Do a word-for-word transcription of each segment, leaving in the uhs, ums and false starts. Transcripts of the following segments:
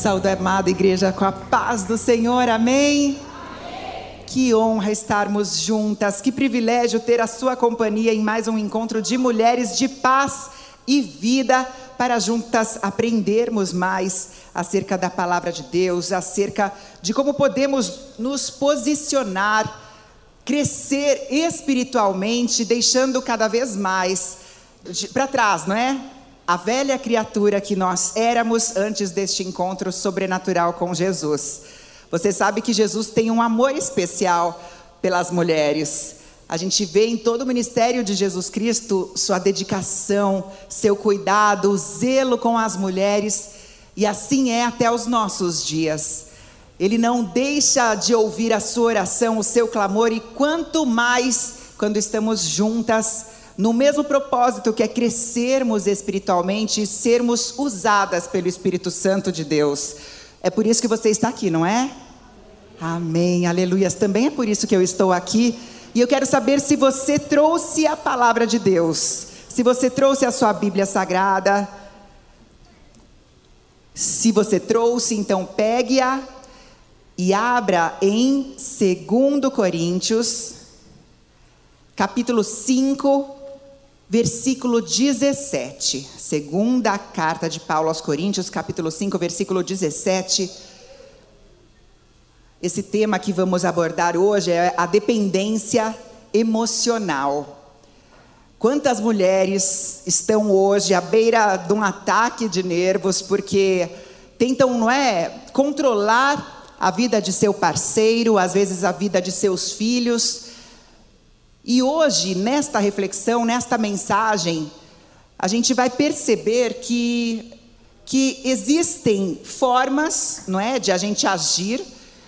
Saúde a amada igreja com a paz do Senhor, amém? Amém? Que honra estarmos juntas, que privilégio ter a sua companhia em mais um encontro de mulheres de paz e vida, para juntas aprendermos mais acerca da palavra de Deus, acerca de como podemos nos posicionar, crescer espiritualmente, deixando cada vez mais para trás, não é? A velha criatura que nós éramos antes deste encontro sobrenatural com Jesus. Você sabe que Jesus tem um amor especial pelas mulheres. A gente vê em todo o ministério de Jesus Cristo sua dedicação, seu cuidado, o zelo com as mulheres, e assim é até os nossos dias. Ele não deixa de ouvir a sua oração, o seu clamor, e quanto mais quando estamos juntas no mesmo propósito, que é crescermos espiritualmente e sermos usadas pelo Espírito Santo de Deus. É por isso que você está aqui, não é? Amém, aleluias. Também é por isso que eu estou aqui. E eu quero saber se você trouxe a palavra de Deus, se você trouxe a sua Bíblia Sagrada. Se você trouxe, então pegue-a e abra em Segundo Coríntios, capítulo cinco, versículo dezessete. Segunda carta de Paulo aos Coríntios, capítulo cinco, versículo dezessete. Esse tema que vamos abordar hoje é a dependência emocional. Quantas mulheres estão hoje à beira de um ataque de nervos porque tentam, não é, controlar a vida de seu parceiro, às vezes a vida de seus filhos. E hoje, nesta reflexão, nesta mensagem, a gente vai perceber que, que existem formas, não é, de a gente agir,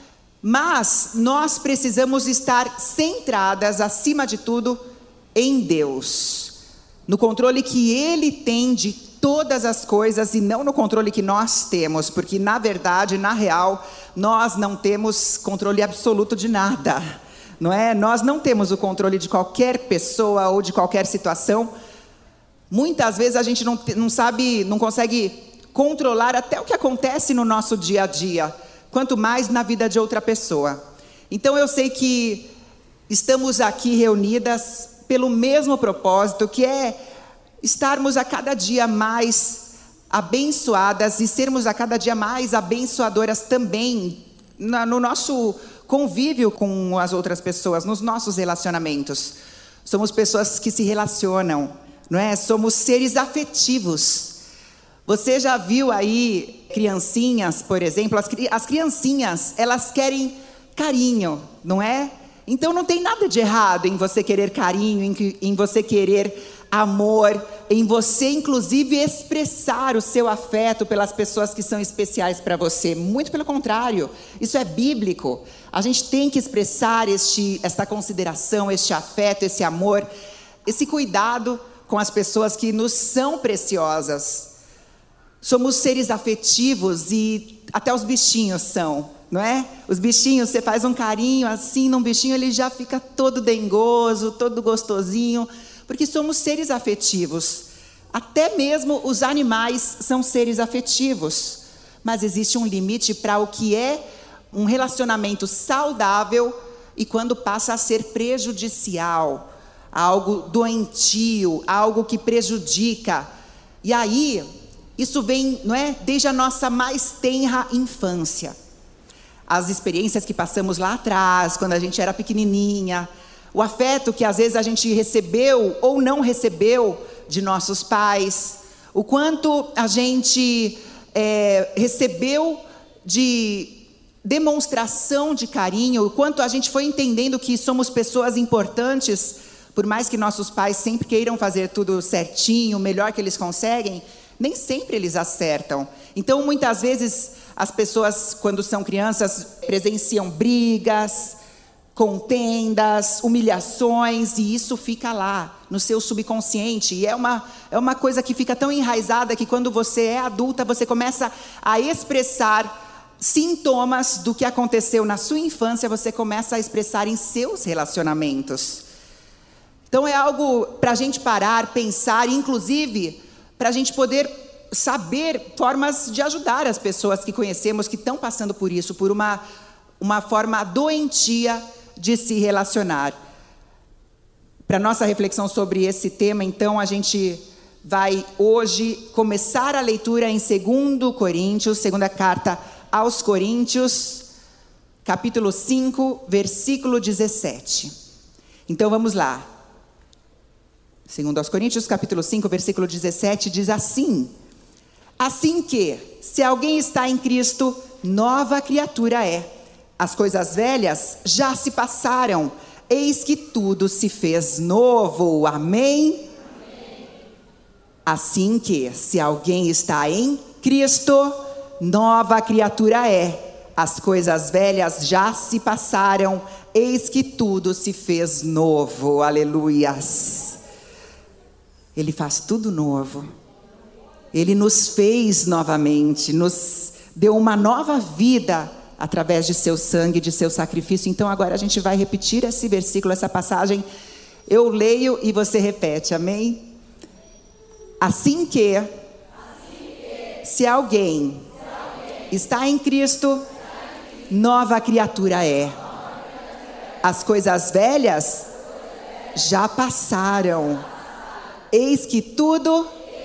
mas nós precisamos estar centradas, acima de tudo, em Deus, no controle que Ele tem de todas as coisas e não no controle que nós temos, porque na verdade, na real, nós não temos controle absoluto de nada, não é? Nós não temos o controle de qualquer pessoa ou de qualquer situação. Muitas vezes a gente não, não sabe, não consegue controlar até o que acontece no nosso dia a dia, quanto mais na vida de outra pessoa. Então eu sei que estamos aqui reunidas pelo mesmo propósito, que é estarmos a cada dia mais abençoadas e sermos a cada dia mais abençoadoras também na, no nosso convívio com as outras pessoas, nos nossos relacionamentos. Somos pessoas que se relacionam, não é? Somos seres afetivos. Você já viu aí criancinhas, por exemplo, as, as criancinhas, elas querem carinho, não é? Então não tem nada de errado em você querer carinho, em, em você querer amor, em você inclusive expressar o seu afeto pelas pessoas que são especiais para você. Muito pelo contrário, isso é bíblico. A gente tem que expressar este, esta consideração, este afeto, esse amor, esse cuidado com as pessoas que nos são preciosas. Somos seres afetivos e até os bichinhos são, não é? Os bichinhos, você faz um carinho assim num bichinho, ele já fica todo dengoso, todo gostosinho, porque somos seres afetivos. Até mesmo os animais são seres afetivos, mas existe um limite para o que é um relacionamento saudável e quando passa a ser prejudicial, algo doentio, algo que prejudica. E aí, isso vem, não é, desde a nossa mais tenra infância. As experiências que passamos lá atrás, quando a gente era pequenininha, o afeto que às vezes a gente recebeu ou não recebeu de nossos pais, o quanto a gente é, recebeu de demonstração de carinho, o quanto a gente foi entendendo que somos pessoas importantes, por mais que nossos pais sempre queiram fazer tudo certinho, o melhor que eles conseguem, nem sempre eles acertam. Então, muitas vezes, as pessoas, quando são crianças, presenciam brigas, contendas, humilhações, e isso fica lá, no seu subconsciente. E é uma, é uma coisa que fica tão enraizada que quando você é adulta, você começa a expressar sintomas do que aconteceu na sua infância, você começa a expressar em seus relacionamentos. Então, é algo para a gente parar, pensar, inclusive para a gente poder saber formas de ajudar as pessoas que conhecemos que estão passando por isso, por uma, uma forma doentia de se relacionar. Para nossa reflexão sobre esse tema, então, a gente vai hoje começar a leitura em segundo Coríntios, segunda carta aos Coríntios, capítulo cinco, versículo dezessete. Então vamos lá. Segundo aos Coríntios, capítulo cinco, versículo dezessete, diz assim: assim que, se alguém está em Cristo, nova criatura é. As coisas velhas já se passaram, eis que tudo se fez novo. Amém? Amém. Assim que, se alguém está em Cristo, nova criatura é. As coisas velhas já se passaram, eis que tudo se fez novo. Aleluias. Ele faz tudo novo. Ele nos fez novamente, nos deu uma nova vida através de seu sangue, de seu sacrifício. Então agora a gente vai repetir esse versículo, essa passagem. Eu leio e você repete, amém? Assim que, assim que se, alguém se alguém está em Cristo, nova criatura é. As coisas velhas já passaram, eis que tudo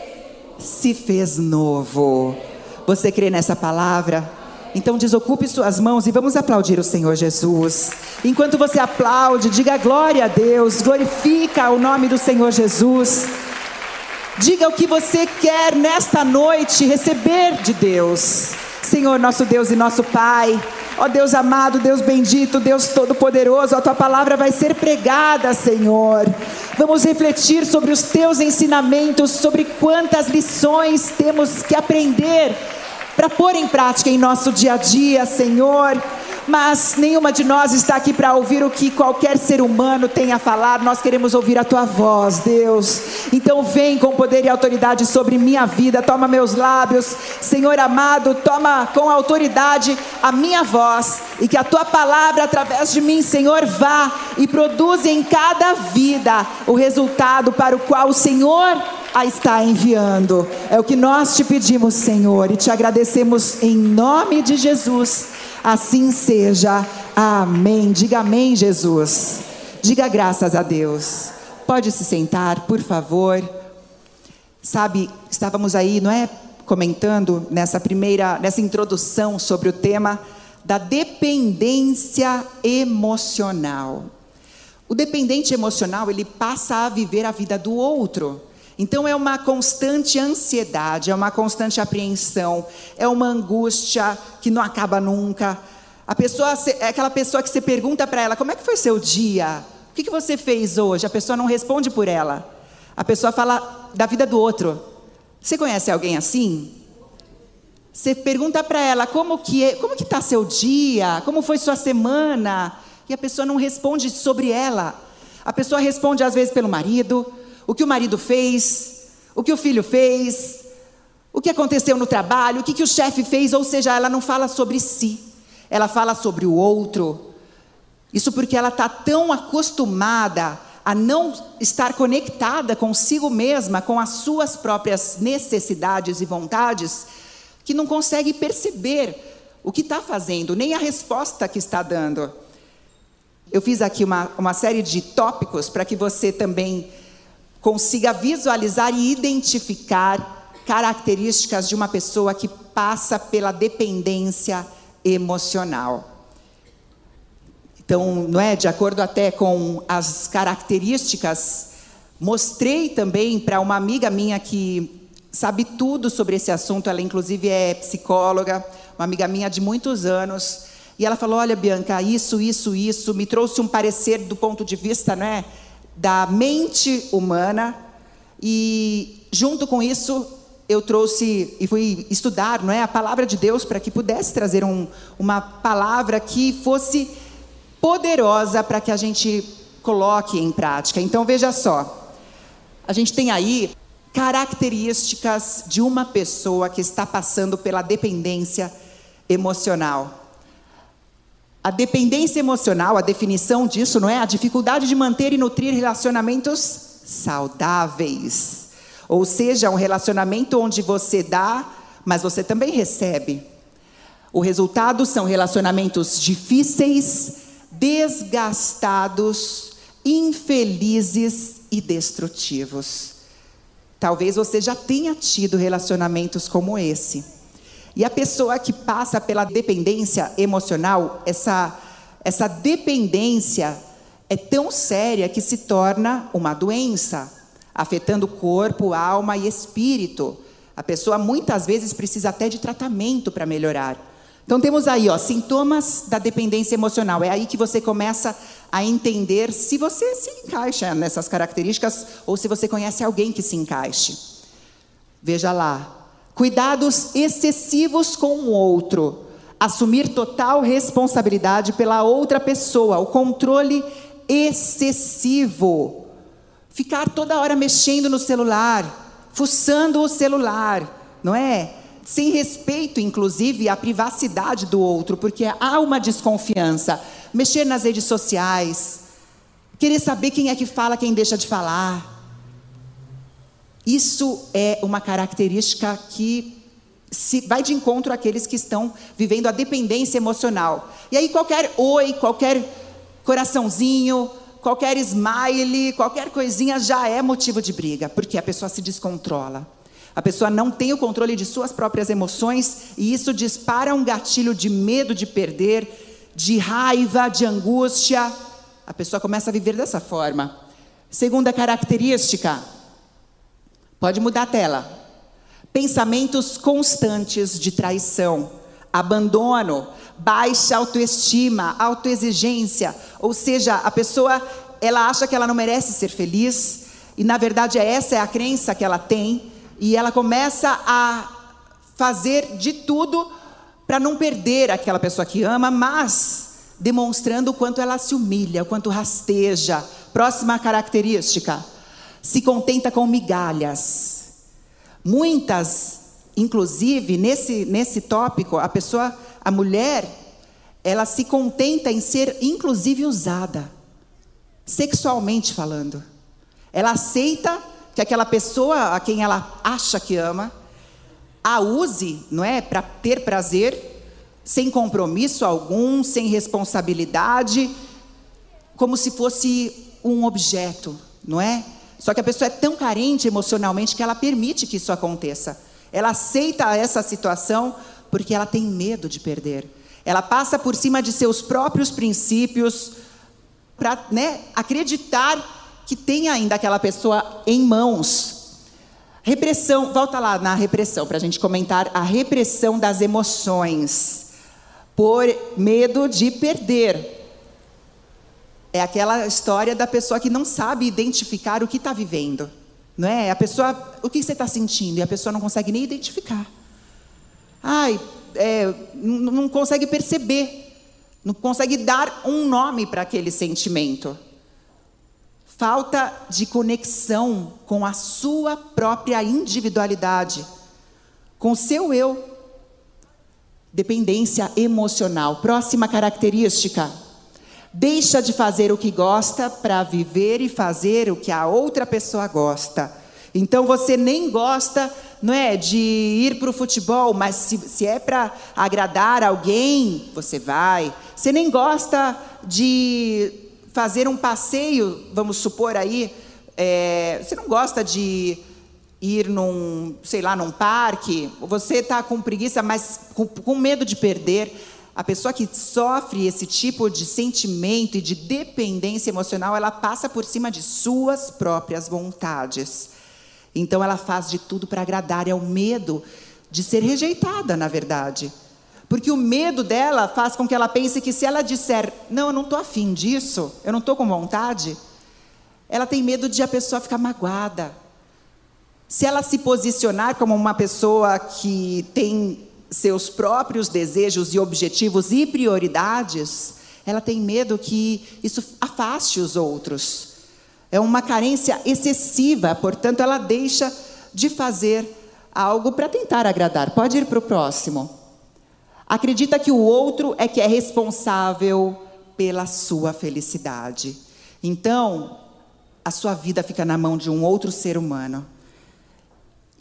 se fez novo. Você crê nessa palavra? Então desocupe suas mãos e vamos aplaudir o Senhor Jesus. Enquanto você aplaude, diga glória a Deus, glorifica o nome do Senhor Jesus. Diga o que você quer nesta noite receber de Deus. Senhor, nosso Deus e nosso Pai, ó Deus amado, Deus bendito, Deus todo-poderoso, a Tua palavra vai ser pregada, Senhor. Vamos refletir sobre os Teus ensinamentos, sobre quantas lições temos que aprender para pôr em prática em nosso dia a dia, Senhor. Mas nenhuma de nós está aqui para ouvir o que qualquer ser humano tem a falar. Nós queremos ouvir a Tua voz, Deus. Então vem com poder e autoridade sobre minha vida. Toma meus lábios, Senhor amado. Toma com autoridade a minha voz. E que a Tua palavra através de mim, Senhor, vá e produza em cada vida o resultado para o qual o Senhor a está enviando. É o que nós te pedimos, Senhor, e te agradecemos em nome de Jesus. Assim seja. Amém. Diga amém, Jesus. Diga graças a Deus. Pode se sentar, por favor. Sabe, estávamos aí, não é, comentando nessa primeira, nessa introdução sobre o tema da dependência emocional. O dependente emocional, ele passa a viver a vida do outro. Então é uma constante ansiedade, é uma constante apreensão, é uma angústia que não acaba nunca. A pessoa é aquela pessoa que você pergunta para ela: como é que foi seu dia? O que você fez hoje? A pessoa não responde por ela. A pessoa fala da vida do outro. Você conhece alguém assim? Você pergunta para ela: como que é, como que está seu dia? Como foi sua semana? E a pessoa não responde sobre ela. A pessoa responde às vezes pelo marido, o que o marido fez, o que o filho fez, o que aconteceu no trabalho, o que, que o chefe fez. Ou seja, ela não fala sobre si, ela fala sobre o outro. Isso porque ela está tão acostumada a não estar conectada consigo mesma, com as suas próprias necessidades e vontades, que não consegue perceber o que está fazendo, nem a resposta que está dando. Eu fiz aqui uma, uma série de tópicos para que você também consiga visualizar e identificar características de uma pessoa que passa pela dependência emocional. Então, não é, de acordo até com as características, mostrei também para uma amiga minha que sabe tudo sobre esse assunto. Ela inclusive é psicóloga, uma amiga minha de muitos anos, e ela falou: olha, Bianca, isso, isso, isso, me trouxe um parecer do ponto de vista, não é, da mente humana, e junto com isso eu trouxe e fui estudar, não é, a palavra de Deus, para que pudesse trazer um, uma palavra que fosse poderosa para que a gente coloque em prática. Então veja só, a gente tem aí características de uma pessoa que está passando pela dependência emocional. A dependência emocional, a definição disso, não é? A dificuldade de manter e nutrir relacionamentos saudáveis. Ou seja, um relacionamento onde você dá, mas você também recebe. O resultado são relacionamentos difíceis, desgastados, infelizes e destrutivos. Talvez você já tenha tido relacionamentos como esse. E a pessoa que passa pela dependência emocional, essa, essa dependência é tão séria que se torna uma doença, afetando o corpo, alma e espírito. A pessoa muitas vezes precisa até de tratamento para melhorar. Então temos aí, ó, sintomas da dependência emocional. É aí que você começa a entender se você se encaixa nessas características ou se você conhece alguém que se encaixe. Veja lá. Cuidados excessivos com o outro. Assumir total responsabilidade pela outra pessoa. O controle excessivo. Ficar toda hora mexendo no celular, fuçando o celular, não é? Sem respeito, inclusive, à privacidade do outro, porque há uma desconfiança. Mexer nas redes sociais, querer saber quem é que fala, quem deixa de falar. Isso é uma característica que se vai de encontro àqueles que estão vivendo a dependência emocional. E aí qualquer oi, qualquer coraçãozinho, qualquer smile, qualquer coisinha já é motivo de briga, porque a pessoa se descontrola. A pessoa não tem o controle de suas próprias emoções e isso dispara um gatilho de medo de perder, de raiva, de angústia. A pessoa começa a viver dessa forma. Segunda característica, pode mudar a tela. Pensamentos constantes de traição, abandono, baixa autoestima, autoexigência. Ou seja, a pessoa ela acha que ela não merece ser feliz e na verdade essa é a crença que ela tem. E ela começa a fazer de tudo para não perder aquela pessoa que ama, mas demonstrando o quanto ela se humilha, o quanto rasteja. Próxima característica, se contenta com migalhas. Muitas, inclusive, nesse, nesse tópico, a pessoa, a mulher, ela se contenta em ser, inclusive, usada, sexualmente falando. Ela aceita que aquela pessoa a quem ela acha que ama, a use, não é, para ter prazer, sem compromisso algum, sem responsabilidade, como se fosse um objeto, não é? Só que a pessoa é tão carente emocionalmente que ela permite que isso aconteça. Ela aceita essa situação porque ela tem medo de perder. Ela passa por cima de seus próprios princípios para, né, acreditar que tem ainda aquela pessoa em mãos. Repressão, volta lá na repressão, para a gente comentar a repressão das emoções, por medo de perder. É aquela história da pessoa que não sabe identificar o que está vivendo, não é? A pessoa, o que você está sentindo? E a pessoa não consegue nem identificar. Ai, é, não, não consegue perceber, não consegue dar um nome para aquele sentimento. Falta de conexão com a sua própria individualidade, com o seu eu. Dependência emocional. Próxima característica. Deixa de fazer o que gosta para viver e fazer o que a outra pessoa gosta. Então você nem gosta, não é, de ir para o futebol, mas se, se é para agradar alguém, você vai. Você nem gosta de fazer um passeio, vamos supor aí, é, você não gosta de ir num, sei lá, num parque, você está com preguiça, mas com, com medo de perder. A pessoa que sofre esse tipo de sentimento e de dependência emocional, ela passa por cima de suas próprias vontades. Então ela faz de tudo para agradar, é o medo de ser rejeitada, na verdade. Porque o medo dela faz com que ela pense que se ela disser, não, eu não estou afim disso, eu não estou com vontade, ela tem medo de a pessoa ficar magoada. Se ela se posicionar como uma pessoa que tem seus próprios desejos e objetivos e prioridades, ela tem medo que isso afaste os outros. É uma carência excessiva, portanto ela deixa de fazer algo para tentar agradar. Pode ir para o próximo. Acredita que o outro é que é responsável pela sua felicidade. Então, a sua vida fica na mão de um outro ser humano.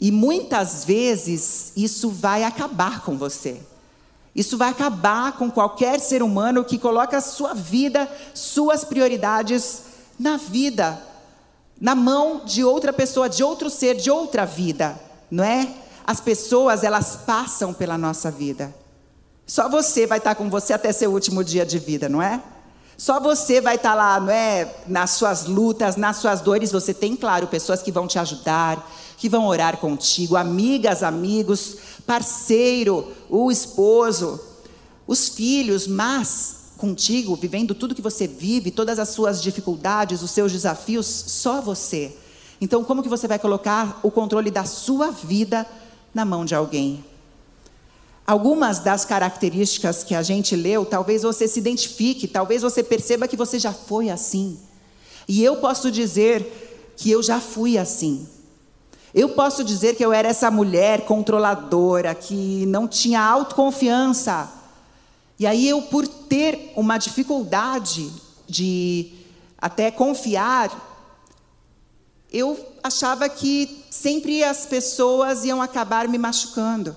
E muitas vezes isso vai acabar com você. Isso vai acabar com qualquer ser humano que coloca a sua vida, suas prioridades na vida, na mão de outra pessoa, de outro ser, de outra vida, não é? As pessoas, elas passam pela nossa vida. Só você vai estar com você até seu último dia de vida, não é? Só você vai estar lá, não é? Nas suas lutas, nas suas dores. Você tem, claro, pessoas que vão te ajudar, que vão orar contigo, amigas, amigos, parceiro, o esposo, os filhos, mas contigo, vivendo tudo que você vive, todas as suas dificuldades, os seus desafios, só você. Então, como que você vai colocar o controle da sua vida na mão de alguém? Algumas das características que a gente leu, talvez você se identifique, talvez você perceba que você já foi assim. E eu posso dizer que eu já fui assim. Eu posso dizer que eu era essa mulher controladora, que não tinha autoconfiança. E aí eu, por ter uma dificuldade de até confiar, eu achava que sempre as pessoas iam acabar me machucando.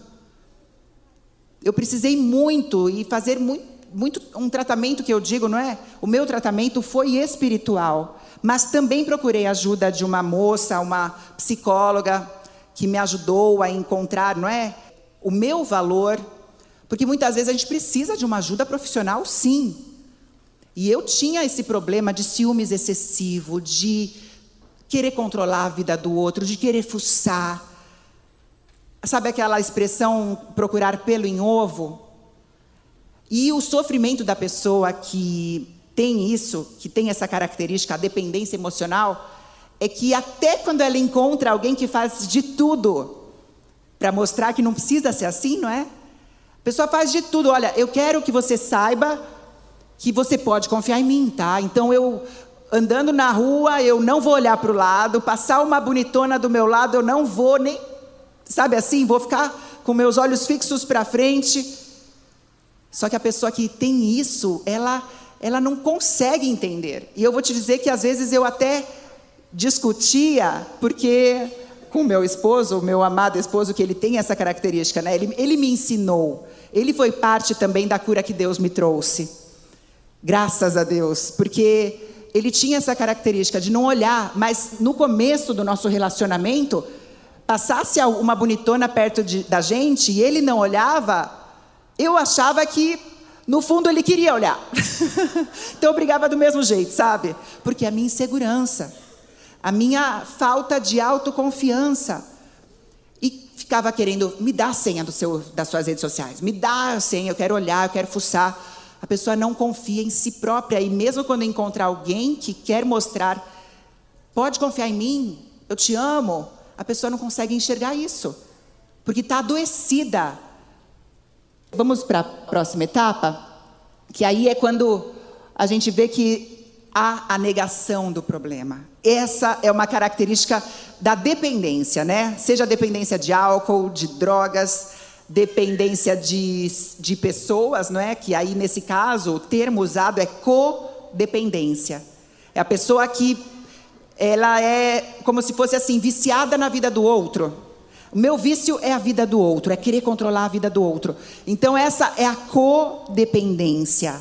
Eu precisei muito e fazer muito, muito um tratamento que eu digo, não é? O meu tratamento foi espiritual, mas também procurei a ajuda de uma moça, uma psicóloga, que me ajudou a encontrar, não é? O meu valor, porque muitas vezes a gente precisa de uma ajuda profissional, sim. E eu tinha esse problema de ciúmes excessivo, de querer controlar a vida do outro, de querer fuçar. Sabe aquela expressão, procurar pelo em ovo? E o sofrimento da pessoa que tem isso, que tem essa característica, a dependência emocional, é que até quando ela encontra alguém que faz de tudo para mostrar que não precisa ser assim, não é? A pessoa faz de tudo. Olha, eu quero que você saiba que você pode confiar em mim, tá? Então eu, andando na rua, eu não vou olhar para o lado, passar uma bonitona do meu lado, eu não vou nem... Sabe assim, vou ficar com meus olhos fixos para frente. Só que a pessoa que tem isso, ela, ela não consegue entender. E eu vou te dizer que às vezes eu até discutia, porque com o meu esposo, o meu amado esposo, que ele tem essa característica, né? Ele, ele me ensinou. Ele foi parte também da cura que Deus me trouxe. Graças a Deus, porque ele tinha essa característica de não olhar, mas no começo do nosso relacionamento... passasse uma bonitona perto de, da gente e ele não olhava, eu achava que, no fundo, ele queria olhar. Então eu brigava do mesmo jeito, sabe? Porque a minha insegurança, a minha falta de autoconfiança, e ficava querendo, me dá a senha do seu, das suas redes sociais, me dá a senha, eu quero olhar, eu quero fuçar. A pessoa não confia em si própria, e mesmo quando encontra alguém que quer mostrar, pode confiar em mim, eu te amo, a pessoa não consegue enxergar isso, porque está adoecida. Vamos para a próxima etapa, que aí é quando a gente vê que há a negação do problema. Essa é uma característica da dependência, né? Seja a dependência de álcool, de drogas, dependência de, de pessoas, não é? Que aí, nesse caso, o termo usado é codependência. É a pessoa que ela é como se fosse assim, viciada na vida do outro. O meu vício é a vida do outro, é querer controlar a vida do outro. Então essa é a codependência.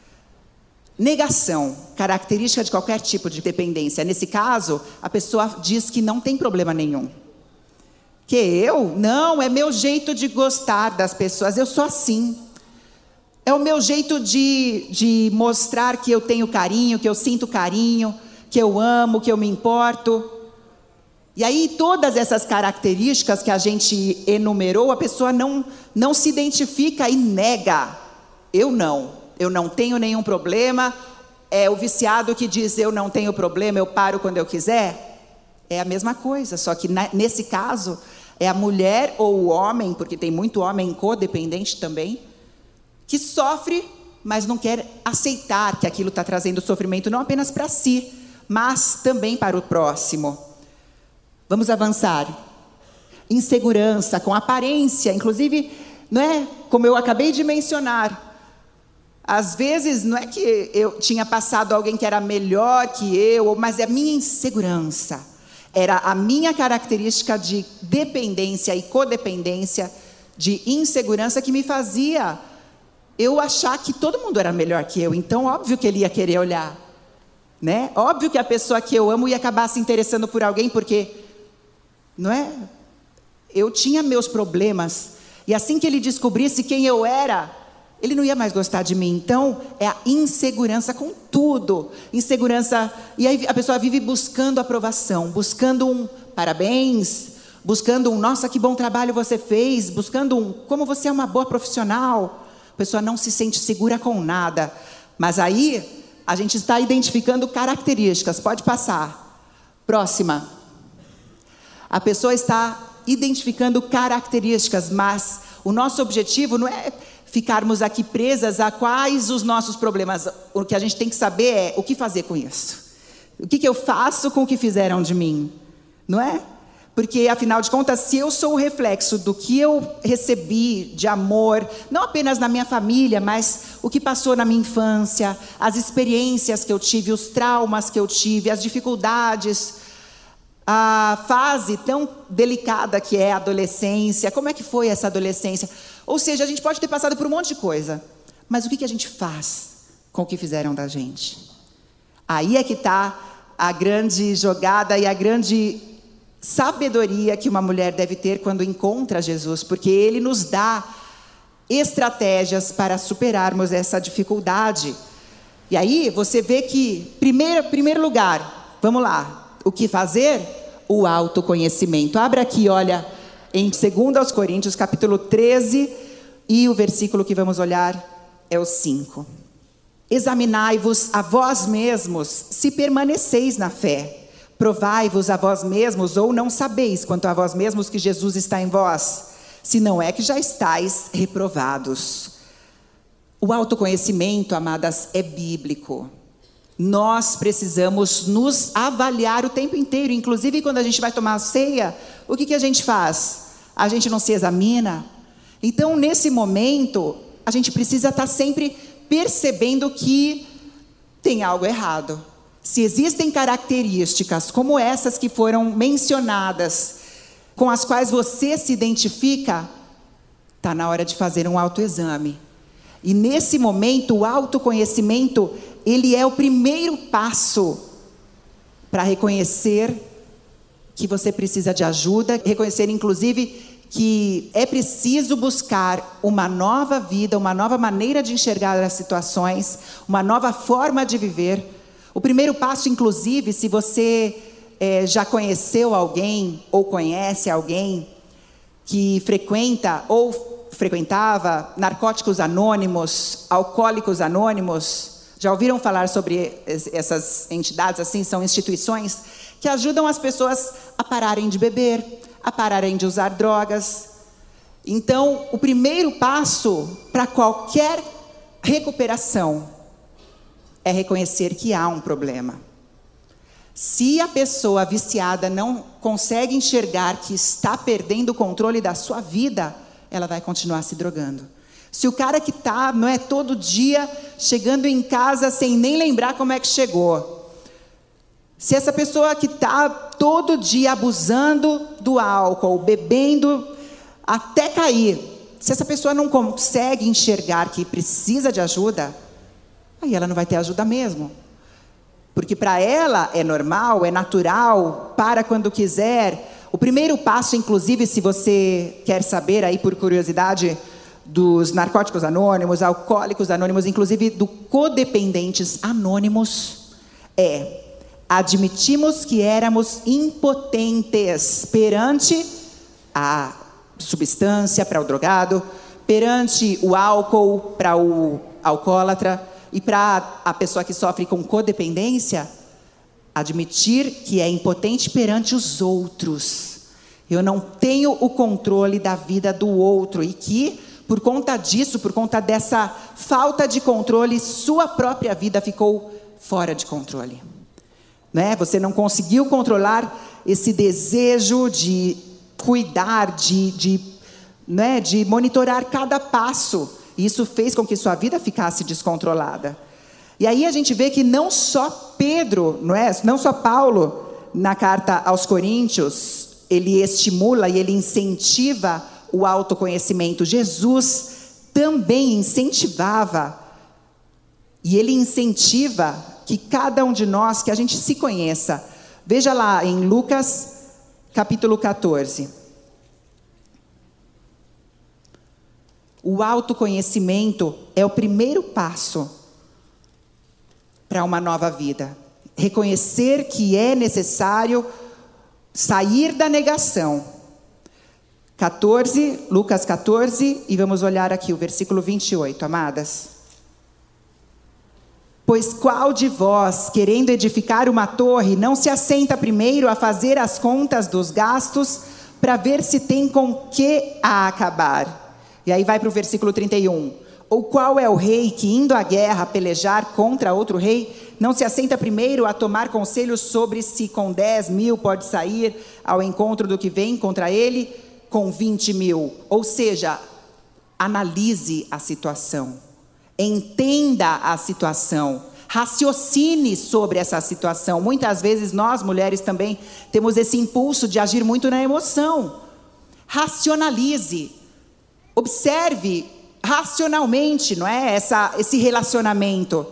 Negação, característica de qualquer tipo de dependência. Nesse caso, a pessoa diz que não tem problema nenhum. Que eu? Não, é meu jeito de gostar das pessoas, eu sou assim. É o meu jeito de, de mostrar que eu tenho carinho, que eu sinto carinho, que eu amo, que eu me importo. E aí todas essas características que a gente enumerou, a pessoa não, não se identifica e nega. Eu não, eu não tenho nenhum problema. É o viciado que diz eu não tenho problema, eu paro quando eu quiser. É a mesma coisa, só que na, nesse caso é a mulher ou o homem, porque tem muito homem codependente também, que sofre, mas não quer aceitar que aquilo está trazendo sofrimento não apenas para si, mas também para o próximo. Vamos avançar. Insegurança, com aparência, inclusive, não é? Como eu acabei de mencionar, às vezes não é que eu tinha passado alguém que era melhor que eu, mas é a minha insegurança, Era a minha característica de dependência e codependência, de insegurança, que me fazia eu achar que todo mundo era melhor que eu. Então, óbvio que ele ia querer olhar, né? Óbvio que a pessoa que eu amo ia acabar se interessando por alguém, porque, não é? Eu tinha meus problemas. E assim que ele descobrisse quem eu era, ele não ia mais gostar de mim. Então, é a insegurança com tudo. Insegurança. E aí a pessoa vive buscando aprovação, buscando um parabéns, buscando um nossa, que bom trabalho você fez, buscando um como você é uma boa profissional. A pessoa não se sente segura com nada. Mas aí, a gente está identificando características. Pode passar. Próxima. A pessoa está identificando características, mas o nosso objetivo não é ficarmos aqui presas a quais os nossos problemas. O que a gente tem que saber é o que fazer com isso. O que, que eu faço com o que fizeram de mim? Não é? Porque, afinal de contas, se eu sou o reflexo do que eu recebi de amor, não apenas na minha família, mas o que passou na minha infância, as experiências que eu tive, os traumas que eu tive, as dificuldades, a fase tão delicada que é a adolescência, como é que foi essa adolescência? Ou seja, a gente pode ter passado por um monte de coisa, mas o que, que a gente faz com o que fizeram da gente? Aí é que está a grande jogada e a grande sabedoria que uma mulher deve ter quando encontra Jesus, porque Ele nos dá estratégias para superarmos essa dificuldade. E aí você vê que, primeiro, primeiro lugar, vamos lá, o que fazer? O autoconhecimento. Abra aqui, olha, em dois aos Coríntios, capítulo treze, e o versículo que vamos olhar é o cinco. Examinai-vos a vós mesmos, se permaneceis na fé. Provai-vos a vós mesmos, ou não sabeis quanto a vós mesmos que Jesus está em vós, se não é que já estáis reprovados. O autoconhecimento, amadas, é bíblico. Nós precisamos nos avaliar o tempo inteiro, inclusive quando a gente vai tomar a ceia, o que, que a gente faz? A gente não se examina? Então, nesse momento, a gente precisa estar sempre percebendo que tem algo errado. Se existem características como essas que foram mencionadas, com as quais você se identifica, está na hora de fazer um autoexame. E nesse momento, o autoconhecimento, ele é o primeiro passo para reconhecer que você precisa de ajuda, reconhecer inclusive que é preciso buscar uma nova vida, uma nova maneira de enxergar as situações, uma nova forma de viver. O primeiro passo, inclusive, se você é, já conheceu alguém ou conhece alguém que frequenta ou frequentava narcóticos anônimos, alcoólicos anônimos, já ouviram falar sobre essas entidades assim? São instituições que ajudam as pessoas a pararem de beber, a pararem de usar drogas. Então, o primeiro passo para qualquer recuperação é reconhecer que há um problema. Se a pessoa viciada não consegue enxergar que está perdendo o controle da sua vida, ela vai continuar se drogando. Se o cara que está, não é, todo dia chegando em casa sem nem lembrar como é que chegou. Se essa pessoa que está todo dia abusando do álcool, bebendo até cair, se essa pessoa não consegue enxergar que precisa de ajuda, aí ela não vai ter ajuda mesmo. Porque para ela é normal, é natural, para quando quiser. O primeiro passo, inclusive, se você quer saber aí por curiosidade, dos narcóticos anônimos, alcoólicos anônimos, inclusive do codependentes anônimos, é: admitimos que éramos impotentes perante a substância para o drogado, perante o álcool para o alcoólatra, e para a pessoa que sofre com codependência, admitir que é impotente perante os outros. Eu não tenho o controle da vida do outro e que, por conta disso, por conta dessa falta de controle, sua própria vida ficou fora de controle. Né? Você não conseguiu controlar esse desejo de cuidar, de, de, né, de monitorar cada passo. E isso fez com que sua vida ficasse descontrolada. E aí a gente vê que não só Pedro, não é? Não só Paulo, na carta aos Coríntios, ele estimula e ele incentiva o autoconhecimento. Jesus também incentivava, e ele incentiva que cada um de nós, que a gente se conheça. Veja lá em Lucas, capítulo quatorze. O autoconhecimento é o primeiro passo para uma nova vida. Reconhecer que é necessário sair da negação. quatorze, Lucas quatorze, e vamos olhar aqui o versículo vinte e oito, amadas. Pois qual de vós, querendo edificar uma torre, não se assenta primeiro a fazer as contas dos gastos, para ver se tem com que a acabar? E aí vai para o versículo trinta e um. Ou qual é o rei que, indo à guerra pelejar contra outro rei, não se assenta primeiro a tomar conselhos sobre se com dez mil pode sair ao encontro do que vem contra ele com vinte mil? Ou seja, analise a situação, entenda a situação, raciocine sobre essa situação. Muitas vezes nós, mulheres, também temos esse impulso de agir muito na emoção. Racionalize, observe racionalmente, não é? Essa, esse relacionamento.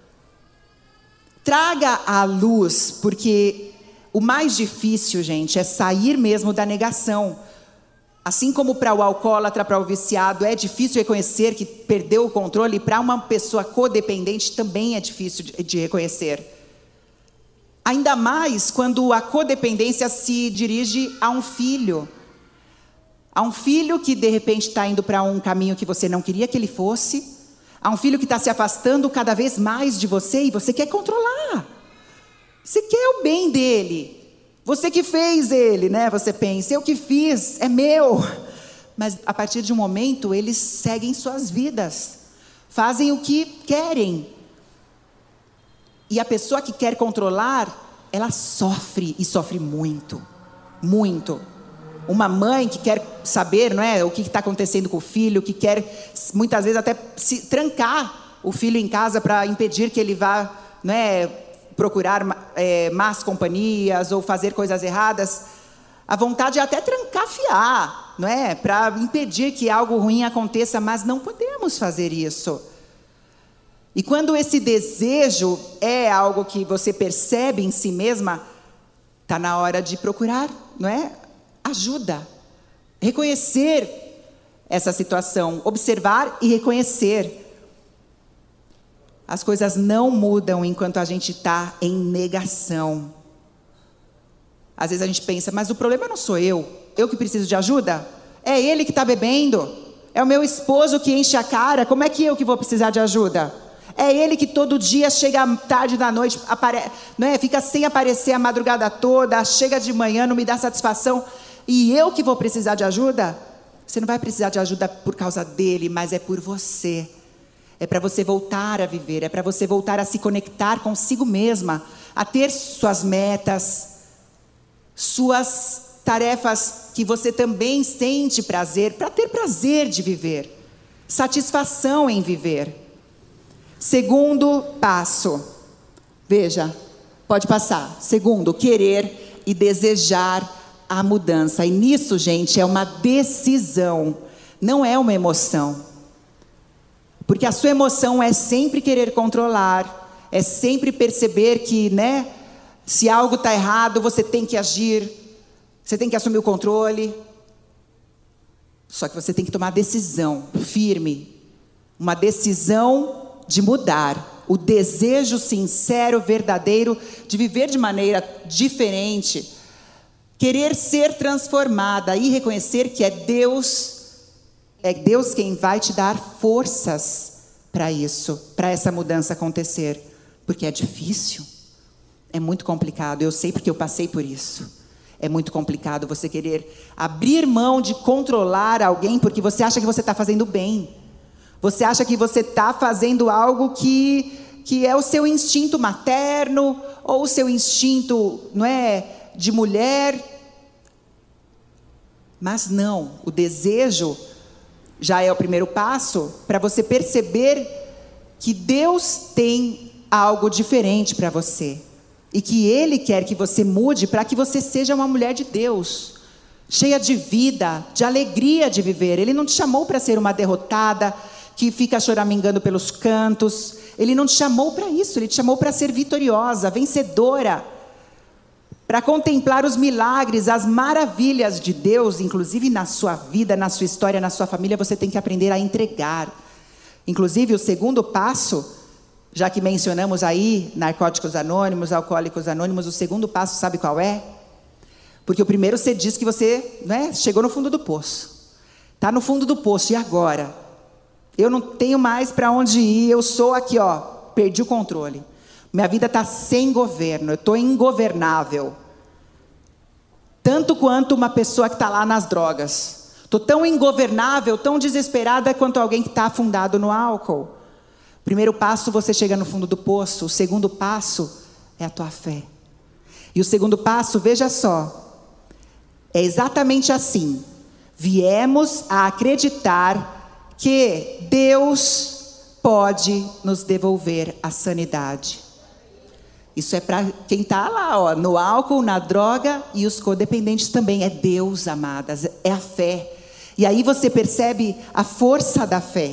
Traga à luz, porque o mais difícil, gente, é sair mesmo da negação. Assim como para o alcoólatra, para o viciado, é difícil reconhecer que perdeu o controle, para uma pessoa codependente também é difícil de, de reconhecer. Ainda mais quando a codependência se dirige a um filho. A um filho que de repente está indo para um caminho que você não queria que ele fosse. A um filho que está se afastando cada vez mais de você e você quer controlar. Você quer o bem dele. Você que fez ele, né? Você pensa, eu que fiz, é meu. Mas a partir de um momento, eles seguem suas vidas. Fazem o que querem. E a pessoa que quer controlar, ela sofre, e sofre muito. Muito. Uma mãe que quer saber, não é, o que está acontecendo com o filho, que quer, muitas vezes, até se trancar o filho em casa para impedir que ele vá, não é, procurar é, más companhias ou fazer coisas erradas. A vontade é até trancafiar, não é? Para impedir que algo ruim aconteça, mas não podemos fazer isso. E quando esse desejo é algo que você percebe em si mesma, está na hora de procurar, não é? Ajuda. Reconhecer essa situação, observar e reconhecer. As coisas não mudam enquanto a gente está em negação. Às vezes a gente pensa, mas o problema não sou eu. Eu que preciso de ajuda? É ele que está bebendo. É o meu esposo que enche a cara. Como é que eu que vou precisar de ajuda? É ele que todo dia chega tarde da noite, apare... não é? Fica sem aparecer a madrugada toda, chega de manhã, não me dá satisfação. E eu que vou precisar de ajuda? Você não vai precisar de ajuda por causa dele, mas é por você. É para você voltar a viver, é para você voltar a se conectar consigo mesma, a ter suas metas, suas tarefas que você também sente prazer, para ter prazer de viver, satisfação em viver. Segundo passo, veja, pode passar. Segundo, querer e desejar a mudança. E nisso, gente, é uma decisão, não é uma emoção. Porque a sua emoção é sempre querer controlar, é sempre perceber que, né, se algo está errado, você tem que agir, você tem que assumir o controle. Só que você tem que tomar a decisão firme, uma decisão de mudar, o desejo sincero, verdadeiro, de viver de maneira diferente, querer ser transformada e reconhecer que é Deus, é Deus quem vai te dar forças para isso, para essa mudança acontecer, porque é difícil, é muito complicado, eu sei porque eu passei por isso. É muito complicado você querer abrir mão de controlar alguém porque você acha que você está fazendo bem. Você acha que você está fazendo algo que, que é o seu instinto materno ou o seu instinto, não é, de mulher. Mas não, o desejo já é o primeiro passo para você perceber que Deus tem algo diferente para você. E que Ele quer que você mude para que você seja uma mulher de Deus, cheia de vida, de alegria de viver. Ele não te chamou para ser uma derrotada, que fica choramingando pelos cantos. Ele não te chamou para isso, Ele te chamou para ser vitoriosa, vencedora. Para contemplar os milagres, as maravilhas de Deus, inclusive na sua vida, na sua história, na sua família, você tem que aprender a entregar. Inclusive, o segundo passo, já que mencionamos aí narcóticos anônimos, alcoólicos anônimos, o segundo passo, sabe qual é? Porque o primeiro você diz que você, né, chegou no fundo do poço. Está no fundo do poço, e agora? Eu não tenho mais para onde ir, eu sou aqui, ó, perdi o controle. Minha vida está sem governo, eu estou ingovernável. Tanto quanto uma pessoa que está lá nas drogas. Estou tão ingovernável, tão desesperada quanto alguém que está afundado no álcool. Primeiro passo, você chega no fundo do poço. O segundo passo é a tua fé. E o segundo passo, veja só, é exatamente assim. Viemos a acreditar que Deus pode nos devolver a sanidade. Isso é para quem está lá, ó, no álcool, na droga, e os codependentes também. É Deus, amadas, é a fé. E aí você percebe a força da fé.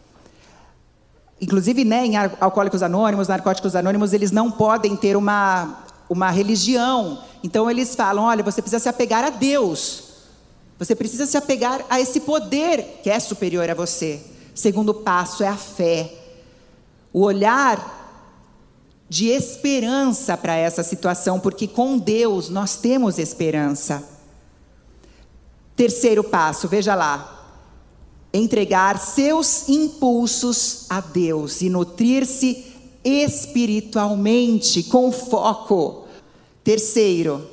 Inclusive, né, em Alcoólicos Anônimos, Narcóticos Anônimos, eles não podem ter uma, uma religião. Então eles falam, olha, você precisa se apegar a Deus. Você precisa se apegar a esse poder que é superior a você. Segundo passo é a fé. O olhar de esperança para essa situação, porque com Deus nós temos esperança. Terceiro passo, veja lá. Entregar seus impulsos a Deus e nutrir-se espiritualmente com foco. Terceiro,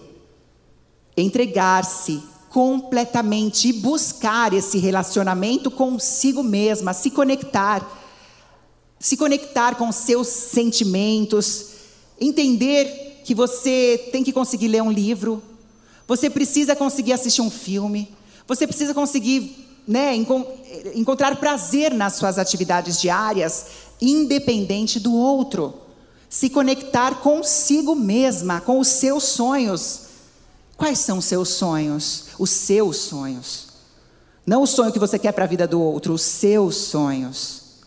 entregar-se completamente e buscar esse relacionamento consigo mesma, se conectar, se conectar com seus sentimentos, entender que você tem que conseguir ler um livro, você precisa conseguir assistir um filme, você precisa conseguir Né, encontrar prazer nas suas atividades diárias, independente do outro. Se conectar consigo mesma, com os seus sonhos. Quais são os seus sonhos? Os seus sonhos. Não o sonho que você quer para a vida do outro, os seus sonhos.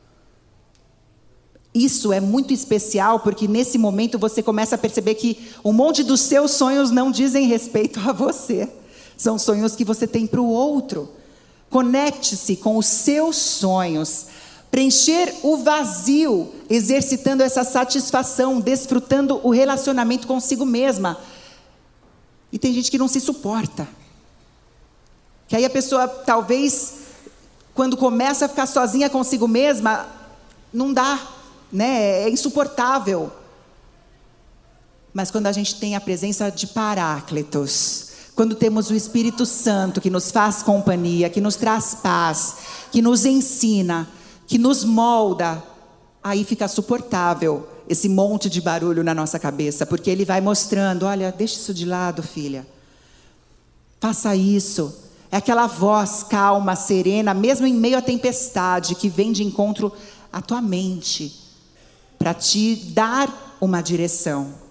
Isso é muito especial, porque nesse momento você começa a perceber que um monte dos seus sonhos não dizem respeito a você. São sonhos que você tem para o outro. Conecte-se com os seus sonhos, preencher o vazio, exercitando essa satisfação, desfrutando o relacionamento consigo mesma. E tem gente que não se suporta. Que aí a pessoa, talvez, quando começa a ficar sozinha consigo mesma, não dá, né? É insuportável. Mas quando a gente tem a presença de Paráclitos, quando temos o Espírito Santo que nos faz companhia, que nos traz paz, que nos ensina, que nos molda, aí fica suportável esse monte de barulho na nossa cabeça, porque ele vai mostrando, olha, deixa isso de lado, filha. Faça isso. É aquela voz calma, serena, mesmo em meio à tempestade, que vem de encontro à tua mente, para te dar uma direção.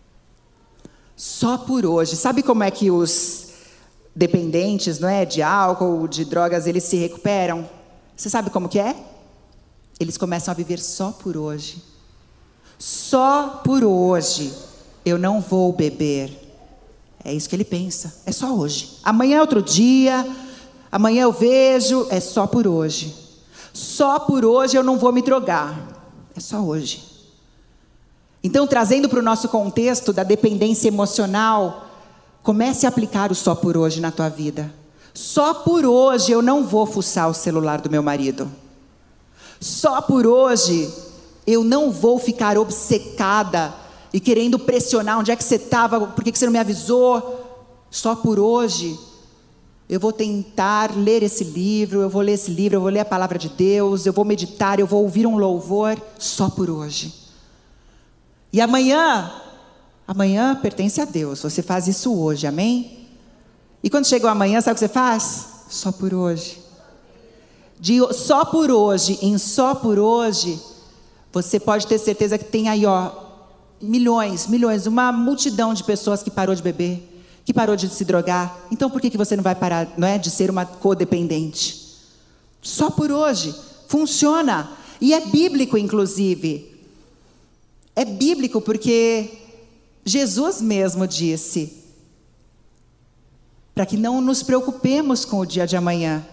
Só por hoje. Sabe como é que os dependentes, não é, de álcool, de drogas, eles se recuperam? Você sabe como que é? Eles começam a viver só por hoje. Só por hoje eu não vou beber. É isso que ele pensa. É só hoje. Amanhã é outro dia. Amanhã eu vejo. É só por hoje. Só por hoje eu não vou me drogar. É só hoje. Então, trazendo para o nosso contexto da dependência emocional, comece a aplicar o só por hoje na tua vida. Só por hoje eu não vou fuçar o celular do meu marido. Só por hoje eu não vou ficar obcecada e querendo pressionar. Onde é que você estava? Por que você não me avisou? Só por hoje eu vou tentar ler esse livro, eu vou ler esse livro, eu vou ler a palavra de Deus, eu vou meditar, eu vou ouvir um louvor. Só por hoje. E amanhã, amanhã pertence a Deus, você faz isso hoje, amém? E quando chega o amanhã, sabe o que você faz? Só por hoje. De só por hoje, em só por hoje, você pode ter certeza que tem aí, ó, milhões, milhões, uma multidão de pessoas que parou de beber, que parou de se drogar. Então por que que você não vai parar, não é, de ser uma codependente? Só por hoje. Funciona. E é bíblico, inclusive. É bíblico porque Jesus mesmo disse para que não nos preocupemos com o dia de amanhã.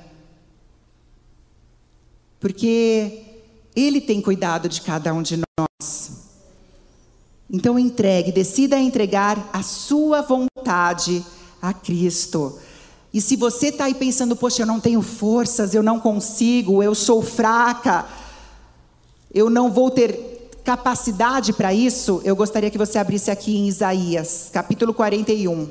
Porque Ele tem cuidado de cada um de nós. Então entregue, decida entregar a sua vontade a Cristo. E se você está aí pensando, poxa, eu não tenho forças, eu não consigo, eu sou fraca, eu não vou ter capacidade para isso, eu gostaria que você abrisse aqui em Isaías, capítulo quarenta e um.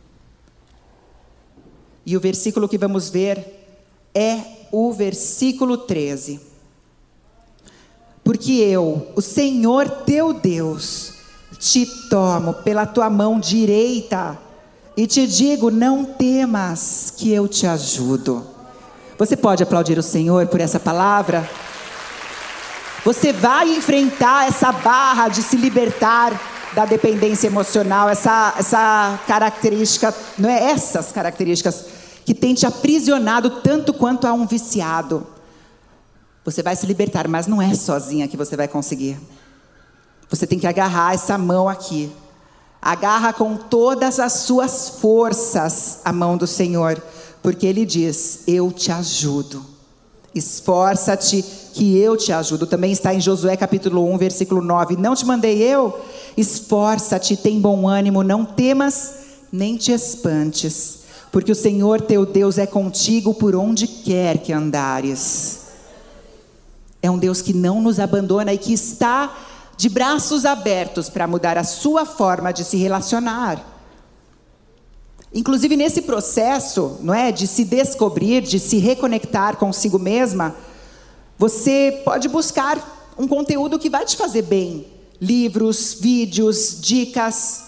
E o versículo que vamos ver é o versículo treze. Porque eu, o Senhor teu Deus, te tomo pela tua mão direita e te digo, não temas, que eu te ajudo. Você pode aplaudir o Senhor por essa palavra? Você vai enfrentar essa barra de se libertar da dependência emocional, essa, essa característica, não é? Essas características que tem te aprisionado tanto quanto a um viciado. Você vai se libertar, mas não é sozinha que você vai conseguir. Você tem que agarrar essa mão aqui. Agarra com todas as suas forças a mão do Senhor, porque Ele diz, eu te ajudo. Esforça-te que eu te ajudo. Também está em Josué capítulo um, versículo nove. Não te mandei eu? Esforça-te, tem bom ânimo, não temas, nem te espantes. Porque o Senhor teu Deus é contigo por onde quer que andares. É um Deus que não nos abandona e que está de braços abertos para mudar a sua forma de se relacionar. Inclusive nesse processo, não é, de se descobrir, de se reconectar consigo mesma, você pode buscar um conteúdo que vai te fazer bem. Livros, vídeos, dicas.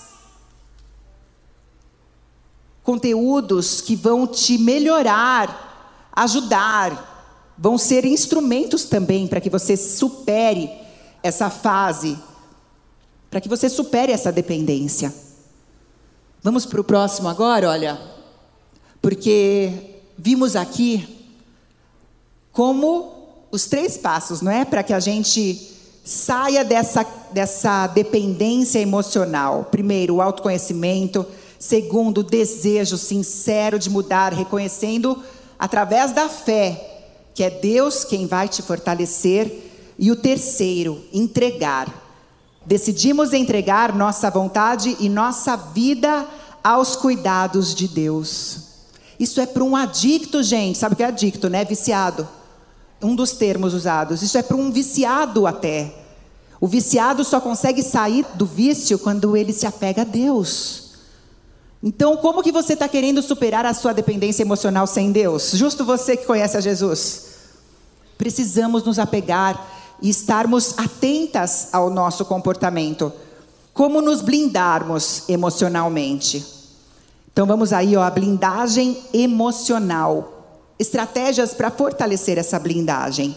Conteúdos que vão te melhorar, ajudar, vão ser instrumentos também para que você supere essa fase, para que você supere essa dependência. Vamos para o próximo agora, olha, porque vimos aqui como os três passos, não é? Para que a gente saia dessa, dessa dependência emocional. Primeiro, o autoconhecimento. Segundo, o desejo sincero de mudar, reconhecendo através da fé que é Deus quem vai te fortalecer. E o terceiro, entregar. Decidimos entregar nossa vontade e nossa vida aos cuidados de Deus. Isso é para um adicto, gente. Sabe o que é adicto, né? Viciado. Um dos termos usados. Isso é para um viciado até. O viciado só consegue sair do vício quando ele se apega a Deus. Então, como que você está querendo superar a sua dependência emocional sem Deus? Justo você que conhece a Jesus. Precisamos nos apegar e estarmos atentas ao nosso comportamento. Como nos blindarmos emocionalmente? Então vamos aí, ó, a blindagem emocional. Estratégias para fortalecer essa blindagem.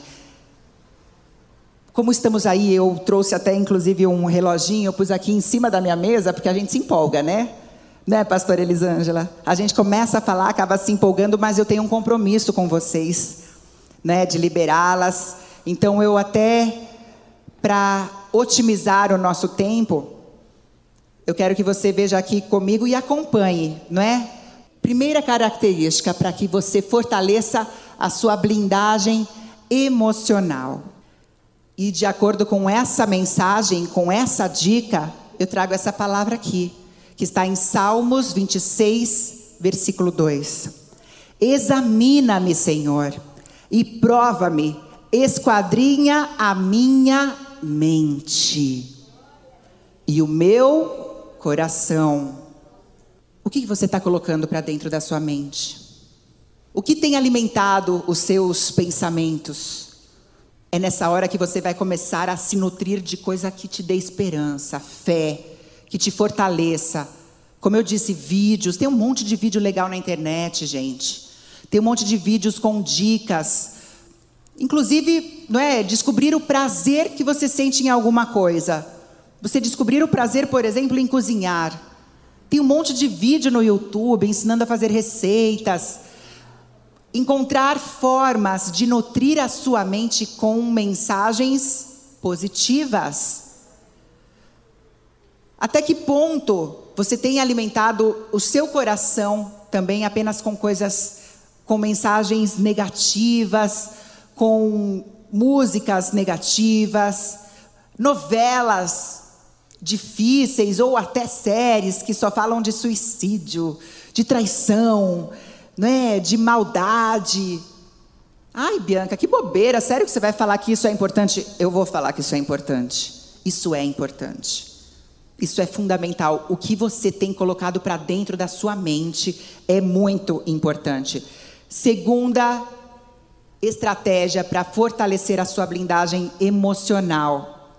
Como estamos aí, eu trouxe até inclusive um reloginho, eu pus aqui em cima da minha mesa, porque a gente se empolga, né? Né, pastora Elisângela? A gente começa a falar, acaba se empolgando, mas eu tenho um compromisso com vocês, né, de liberá-las. Então eu até, para otimizar o nosso tempo, eu quero que você veja aqui comigo e acompanhe, não é? Primeira característica para que você fortaleça a sua blindagem emocional. E de acordo com essa mensagem, com essa dica, eu trago essa palavra aqui, que está em Salmos vinte e seis, versículo dois. Examina-me, Senhor, e prova-me, esquadrinha a minha mente e o meu coração. O que você está colocando para dentro da sua mente? O que tem alimentado os seus pensamentos? É nessa hora que você vai começar a se nutrir de coisa que te dê esperança, fé, que te fortaleça. Como eu disse, vídeos, tem um monte de vídeo legal na internet, gente. Tem um monte de vídeos com dicas. Inclusive, não é, descobrir o prazer que você sente em alguma coisa. Você descobrir o prazer, por exemplo, em cozinhar. Tem um monte de vídeo no YouTube ensinando a fazer receitas. Encontrar formas de nutrir a sua mente com mensagens positivas. Até que ponto você tem alimentado o seu coração também apenas com coisas, com mensagens negativas, com músicas negativas, novelas difíceis ou até séries que só falam de suicídio, de traição, né, de maldade. Ai, Bianca, que bobeira, sério que você vai falar que isso é importante? Eu vou falar que isso é importante. Isso é importante. Isso é fundamental. O que você tem colocado para dentro da sua mente é muito importante. Segunda estratégia para fortalecer a sua blindagem emocional.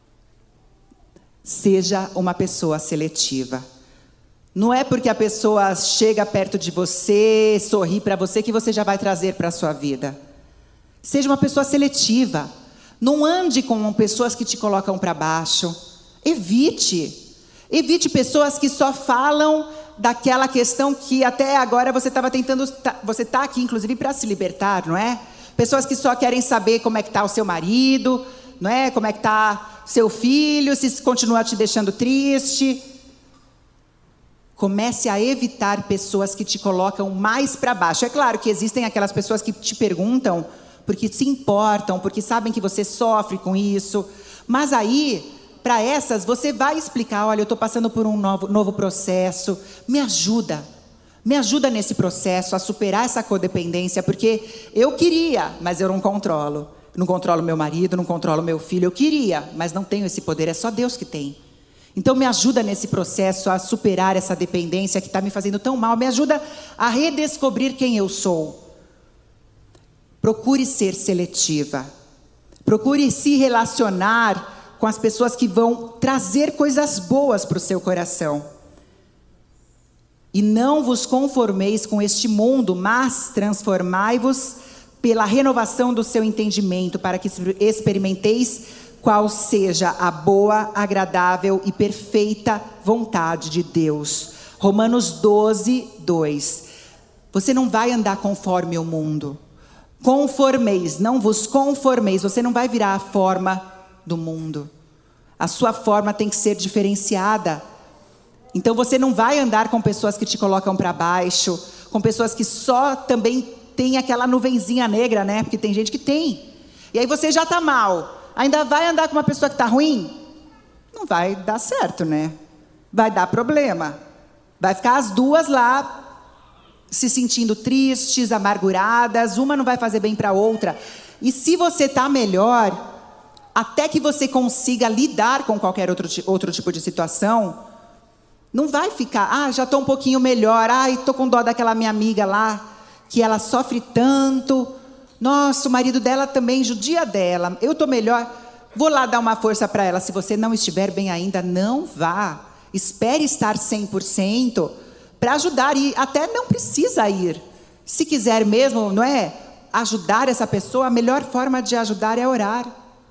Seja uma pessoa seletiva. Não é porque a pessoa chega perto de você, sorri para você, que você já vai trazer para a sua vida. Seja uma pessoa seletiva. Não ande com pessoas que te colocam para baixo. Evite. Evite pessoas que só falam daquela questão que até agora você estava tentando... Você está aqui, inclusive, para se libertar, não é? Pessoas que só querem saber como é que está o seu marido, não é? Como é que está seu filho, se continua te deixando triste. Comece a evitar pessoas que te colocam mais para baixo. É claro que existem aquelas pessoas que te perguntam porque se importam, porque sabem que você sofre com isso. Mas aí, para essas, você vai explicar, olha, eu estou passando por um novo, novo processo, me ajuda. Me ajuda nesse processo a superar essa codependência, porque eu queria, mas eu não controlo. Não controlo meu marido, não controlo meu filho. Eu queria, mas não tenho esse poder, é só Deus que tem. Então me ajuda nesse processo a superar essa dependência que está me fazendo tão mal. Me ajuda a redescobrir quem eu sou. Procure ser seletiva. Procure se relacionar com as pessoas que vão trazer coisas boas para o seu coração. E não vos conformeis com este mundo, mas transformai-vos pela renovação do seu entendimento, para que experimenteis qual seja a boa, agradável e perfeita vontade de Deus. Romanos doze, dois. Você não vai andar conforme o mundo. Conformeis, não vos conformeis. Você não vai virar a forma do mundo. A sua forma tem que ser diferenciada. Então você não vai andar com pessoas que te colocam para baixo, com pessoas que só também tem aquela nuvenzinha negra, né? Porque tem gente que tem. E aí você já está mal. Ainda vai andar com uma pessoa que está ruim? Não vai dar certo, né? Vai dar problema. Vai ficar as duas lá se sentindo tristes, amarguradas. Uma não vai fazer bem para a outra. E se você está melhor, até que você consiga lidar com qualquer outro, outro tipo de situação, não vai ficar, ah, já estou um pouquinho melhor, ai, estou com dó daquela minha amiga lá, que ela sofre tanto, nossa, o marido dela também judia dela, eu estou melhor, vou lá dar uma força para ela. Se você não estiver bem ainda, não vá, espere estar cem por cento para ajudar, e até não precisa ir, se quiser mesmo, não é, ajudar essa pessoa, a melhor forma de ajudar é orar.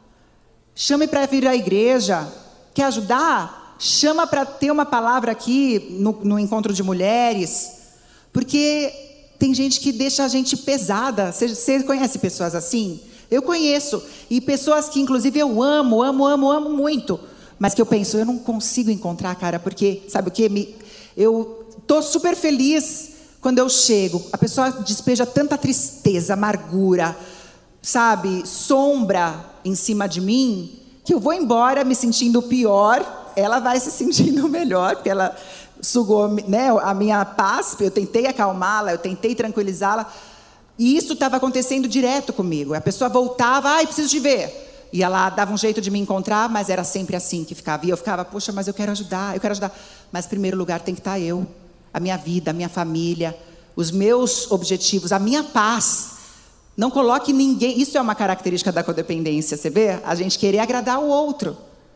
Chame para vir à igreja, quer ajudar? Chama para ter uma palavra aqui no, no encontro de mulheres, porque tem gente que deixa a gente pesada. Você, você conhece pessoas assim? Eu conheço, e pessoas que inclusive eu amo, amo, amo, amo muito, mas que eu penso, eu não consigo encontrar, cara, porque, sabe o que? Me, eu estou super feliz quando eu chego, a pessoa despeja tanta tristeza, amargura, sabe, sombra em cima de mim, que eu vou embora me sentindo pior. Ela vai se sentindo melhor, porque ela sugou, né, a minha paz, eu tentei acalmá-la, eu tentei tranquilizá-la, e isso estava acontecendo direto comigo. A pessoa voltava, ai, preciso te ver, e ela dava um jeito de me encontrar, mas era sempre assim que ficava, e eu ficava, poxa, mas eu quero ajudar, eu quero ajudar, mas em primeiro lugar tem que estar eu, a minha vida, a minha família, os meus objetivos, a minha paz. Não coloque ninguém, isso é uma característica da codependência, você vê? A gente querer agradar o outro.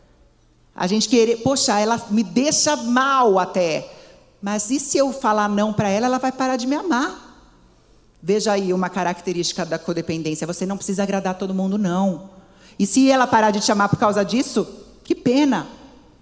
A gente querer, poxa, ela me deixa mal até. Mas e se eu falar não para ela, ela vai parar de me amar? Veja aí uma característica da codependência. Você não precisa agradar todo mundo, não. E se ela parar de te amar por causa disso, que pena.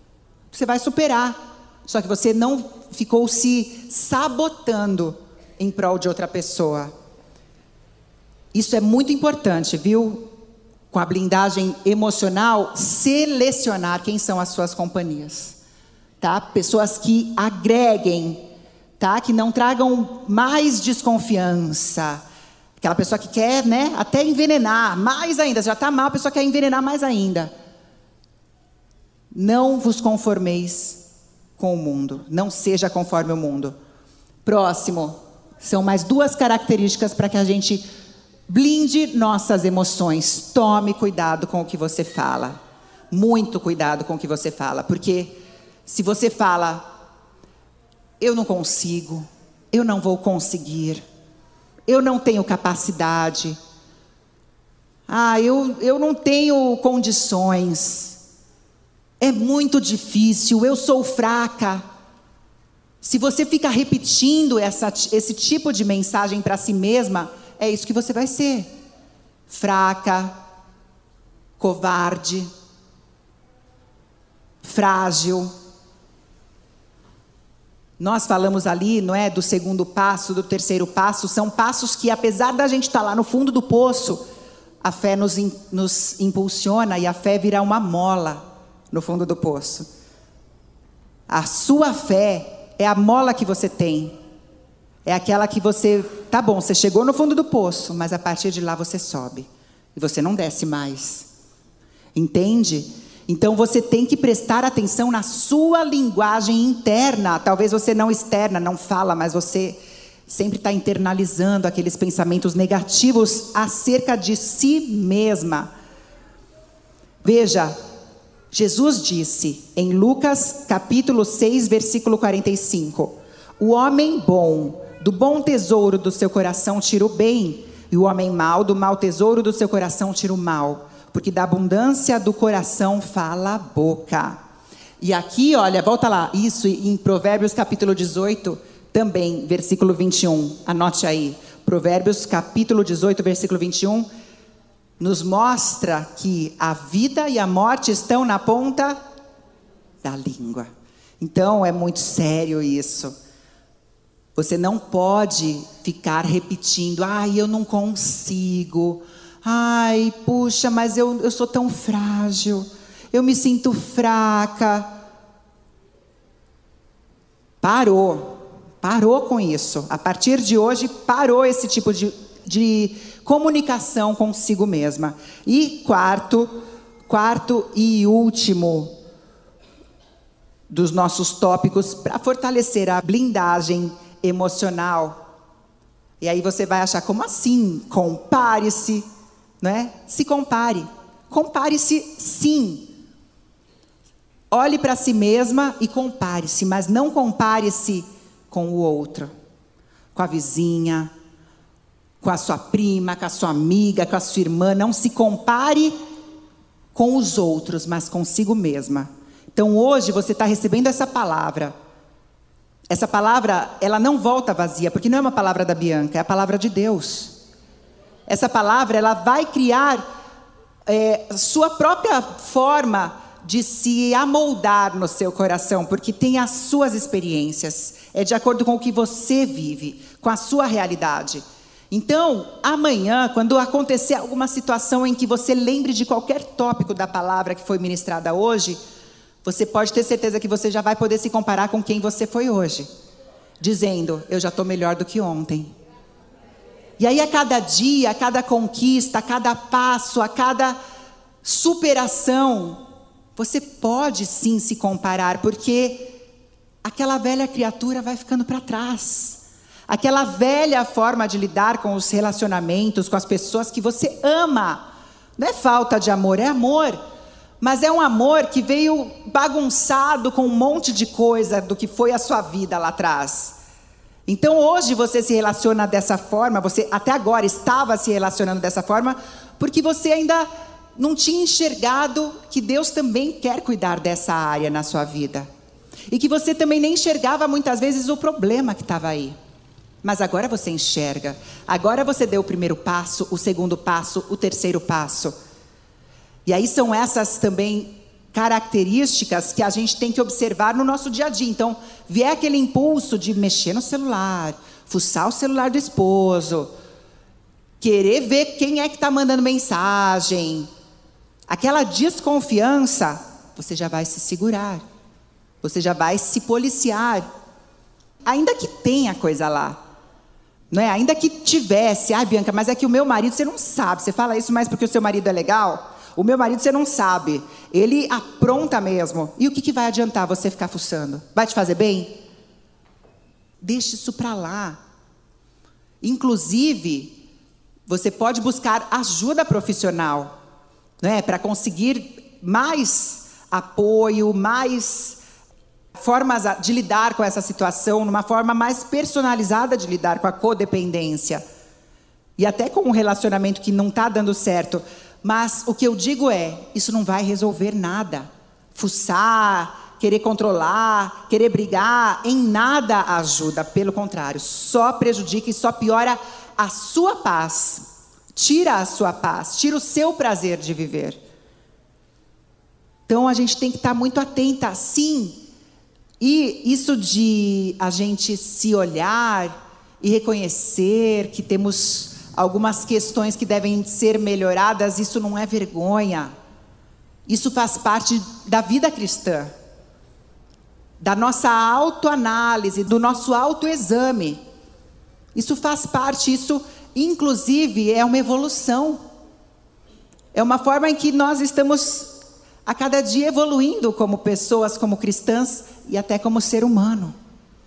Você vai superar. Só que você não ficou se sabotando em prol de outra pessoa. Isso é muito importante, viu? Com a blindagem emocional, selecionar quem são as suas companhias. Tá? Pessoas que agreguem, tá? Que não tragam mais desconfiança. Aquela pessoa que quer, né, até envenenar, mais ainda. Já está mal, a pessoa quer envenenar mais ainda. Não vos conformeis com o mundo. Não seja conforme o mundo. Próximo. São mais duas características para que a gente blinde nossas emoções. Tome cuidado com o que você fala. Muito cuidado com o que você fala. Porque se você fala, eu não consigo, eu não vou conseguir, eu não tenho capacidade, ah, eu, eu não tenho condições, é muito difícil, eu sou fraca. Se você fica repetindo essa, esse tipo de mensagem para si mesma, é isso que você vai ser. Fraca, covarde, frágil. Nós falamos ali, não é, do segundo passo, do terceiro passo. São passos que, apesar da gente estar lá no fundo do poço, a fé nos, nos impulsiona e a fé vira uma mola no fundo do poço. A sua fé é a mola que você tem. É aquela que você, tá bom, você chegou no fundo do poço, mas a partir de lá você sobe. E você não desce mais. Entende? Então você tem que prestar atenção na sua linguagem interna. Talvez você não externa, não fala, mas você sempre está internalizando aqueles pensamentos negativos acerca de si mesma. Veja, Jesus disse em Lucas capítulo seis, versículo quarenta e cinco: o homem bom, do bom tesouro do seu coração tira o bem, e o homem mau, do mau tesouro do seu coração tira o mal. Porque da abundância do coração fala a boca. E aqui, olha, volta lá, isso em Provérbios capítulo dezoito, também, versículo vinte e um, anote aí. Provérbios capítulo dezoito, versículo vinte e um, nos mostra que a vida e a morte estão na ponta da língua. Então, é muito sério isso. Você não pode ficar repetindo, ai, eu não consigo, ai, puxa, mas eu, eu sou tão frágil, eu me sinto fraca. Parou, parou com isso. A partir de hoje, parou esse tipo de, de comunicação consigo mesma. E quarto, quarto e último dos nossos tópicos para fortalecer a blindagem emocional. E aí você vai achar, como assim? Compare-se, não é? Se compare. Compare-se sim. Olhe para si mesma e compare-se, mas não compare-se com o outro, com a vizinha, com a sua prima, com a sua amiga, com a sua irmã. Não se compare com os outros, mas consigo mesma. Então hoje você está recebendo essa palavra. Essa palavra, ela não volta vazia, porque não é uma palavra da Bianca, é a palavra de Deus. Essa palavra, ela vai criar é, sua própria forma de se amoldar no seu coração, porque tem as suas experiências, é de acordo com o que você vive, com a sua realidade. Então, amanhã, quando acontecer alguma situação em que você lembre de qualquer tópico da palavra que foi ministrada hoje, você pode ter certeza que você já vai poder se comparar com quem você foi hoje, dizendo, eu já estou melhor do que ontem. E aí a cada dia, a cada conquista, a cada passo, a cada superação, você pode sim se comparar, porque aquela velha criatura vai ficando para trás. Aquela velha forma de lidar com os relacionamentos, com as pessoas que você ama. Não é falta de amor, é amor. Mas é um amor que veio bagunçado com um monte de coisa do que foi a sua vida lá atrás. Então hoje você se relaciona dessa forma, você até agora estava se relacionando dessa forma, porque você ainda não tinha enxergado que Deus também quer cuidar dessa área na sua vida. E que você também nem enxergava muitas vezes o problema que estava aí. Mas agora você enxerga. Agora você deu o primeiro passo, o segundo passo, o terceiro passo. E aí são essas também características que a gente tem que observar no nosso dia a dia. Então, vier aquele impulso de mexer no celular, fuçar o celular do esposo, querer ver quem é que está mandando mensagem, aquela desconfiança, você já vai se segurar, você já vai se policiar, ainda que tenha coisa lá. Não é? Ainda que tivesse, ah, Bianca, mas é que o meu marido, você não sabe, você fala isso mais porque o seu marido é legal? O meu marido, você não sabe, ele apronta mesmo. E o que, que vai adiantar você ficar fuçando? Vai te fazer bem? Deixe isso para lá. Inclusive, você pode buscar ajuda profissional, não é? Para conseguir mais apoio, mais formas de lidar com essa situação, numa forma mais personalizada de lidar com a codependência. E até com um relacionamento que não está dando certo. Mas o que eu digo é, isso não vai resolver nada. Fuçar, querer controlar, querer brigar, em nada ajuda. Pelo contrário, só prejudica e só piora a sua paz. Tira a sua paz, tira o seu prazer de viver. Então a gente tem que estar muito atenta, sim. E isso de a gente se olhar e reconhecer que temos algumas questões que devem ser melhoradas, isso não é vergonha. Isso faz parte da vida cristã, da nossa autoanálise, do nosso autoexame. Isso faz parte, isso inclusive é uma evolução. É uma forma em que nós estamos a cada dia evoluindo como pessoas, como cristãs e até como ser humano.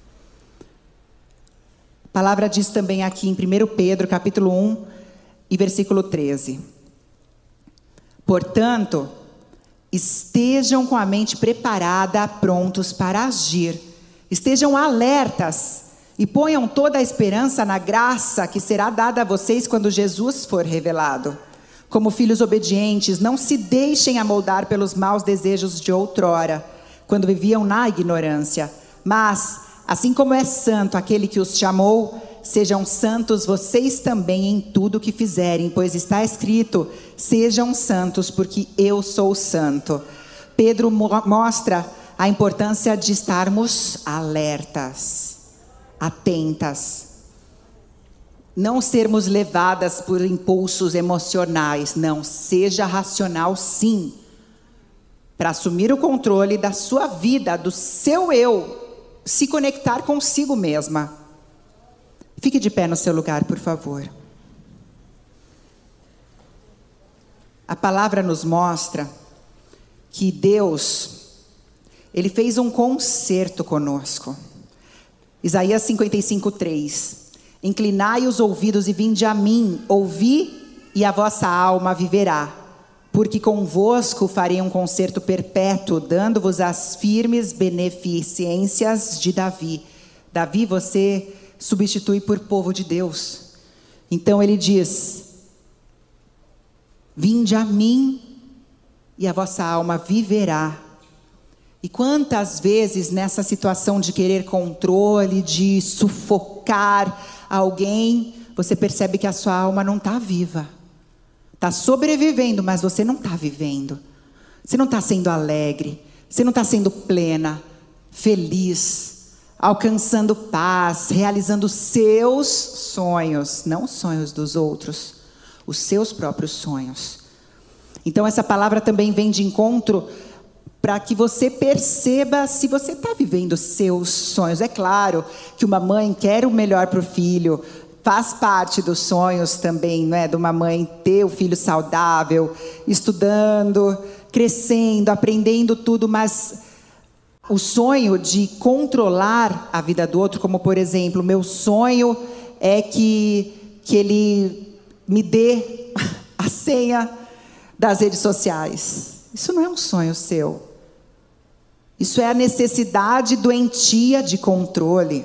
A palavra diz também aqui em primeiro Pedro, capítulo um, e versículo treze. Portanto, estejam com a mente preparada, prontos para agir. Estejam alertas e ponham toda a esperança na graça que será dada a vocês quando Jesus for revelado. Como filhos obedientes, não se deixem amoldar pelos maus desejos de outrora, quando viviam na ignorância. Mas, assim como é santo aquele que os chamou, sejam santos vocês também em tudo que fizerem, pois está escrito, sejam santos porque eu sou santo. Pedro mo- mostra a importância de estarmos alertas, atentas. Não sermos levadas por impulsos emocionais, não. Seja racional, sim. Para assumir o controle da sua vida, do seu eu, se conectar consigo mesma. Fique de pé no seu lugar, por favor. A palavra nos mostra que Deus, Ele fez um concerto conosco. Isaías cinquenta e cinco, três. Inclinai os ouvidos e vinde a mim, ouvi e a vossa alma viverá. Porque convosco farei um concerto perpétuo, dando-vos as firmes beneficências de Davi. Davi, você substitui por povo de Deus. Então ele diz, vinde a mim e a vossa alma viverá. E quantas vezes nessa situação de querer controle, de sufocar alguém, você percebe que a sua alma não está viva. Está sobrevivendo, mas você não está vivendo. Você não está sendo alegre. Você não está sendo plena, feliz, alcançando paz, realizando seus sonhos, não os sonhos dos outros, os seus próprios sonhos. Então essa palavra também vem de encontro para que você perceba se você está vivendo seus sonhos. É claro que uma mãe quer o melhor para o filho, faz parte dos sonhos também, não é? De uma mãe ter o filho saudável, estudando, crescendo, aprendendo tudo, mas o sonho de controlar a vida do outro, como por exemplo, meu sonho é que, que ele me dê a senha das redes sociais. Isso não é um sonho seu. Isso é a necessidade doentia de controle.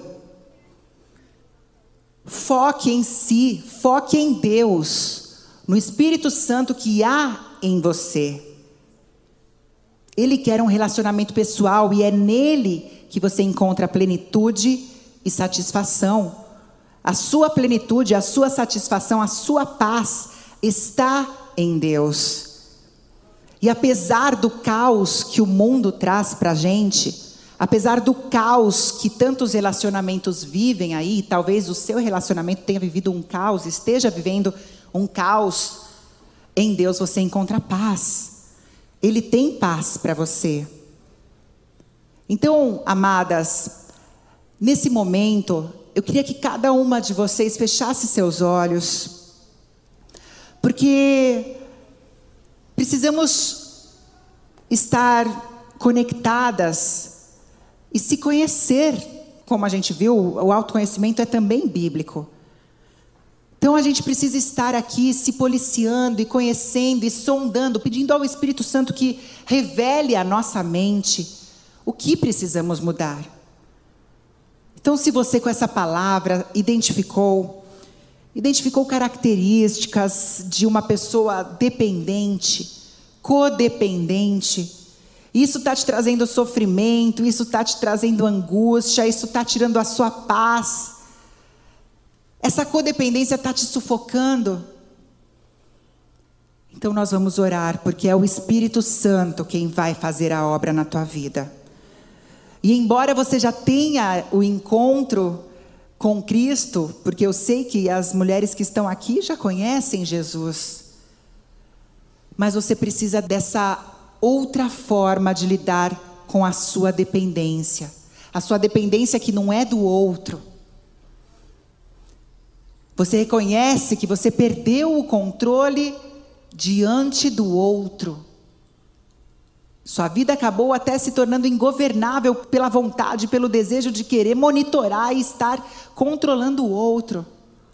Foque em si, foque em Deus, no Espírito Santo que há em você. Ele quer um relacionamento pessoal e é nele que você encontra plenitude e satisfação. A sua plenitude, a sua satisfação, a sua paz está em Deus. E apesar do caos que o mundo traz para a gente, apesar do caos que tantos relacionamentos vivem aí, talvez o seu relacionamento tenha vivido um caos, esteja vivendo um caos, em Deus você encontra paz. Ele tem paz para você. Então, amadas, nesse momento, eu queria que cada uma de vocês fechasse seus olhos, porque precisamos estar conectadas e se conhecer. Como a gente viu, o autoconhecimento é também bíblico. Então a gente precisa estar aqui se policiando e conhecendo e sondando, pedindo ao Espírito Santo que revele à nossa mente o que precisamos mudar. Então, se você com essa palavra identificou, identificou características de uma pessoa dependente, codependente, isso está te trazendo sofrimento, isso está te trazendo angústia, isso está tirando a sua paz, essa codependência está te sufocando, então nós vamos orar, porque é o Espírito Santo quem vai fazer a obra na tua vida. E embora você já tenha o encontro com Cristo, porque eu sei que as mulheres que estão aqui já conhecem Jesus, mas você precisa dessa outra forma de lidar com a sua dependência. A sua dependência que não é do outro. Você reconhece que você perdeu o controle diante do outro. Sua vida acabou até se tornando ingovernável pela vontade, pelo desejo de querer monitorar e estar controlando o outro.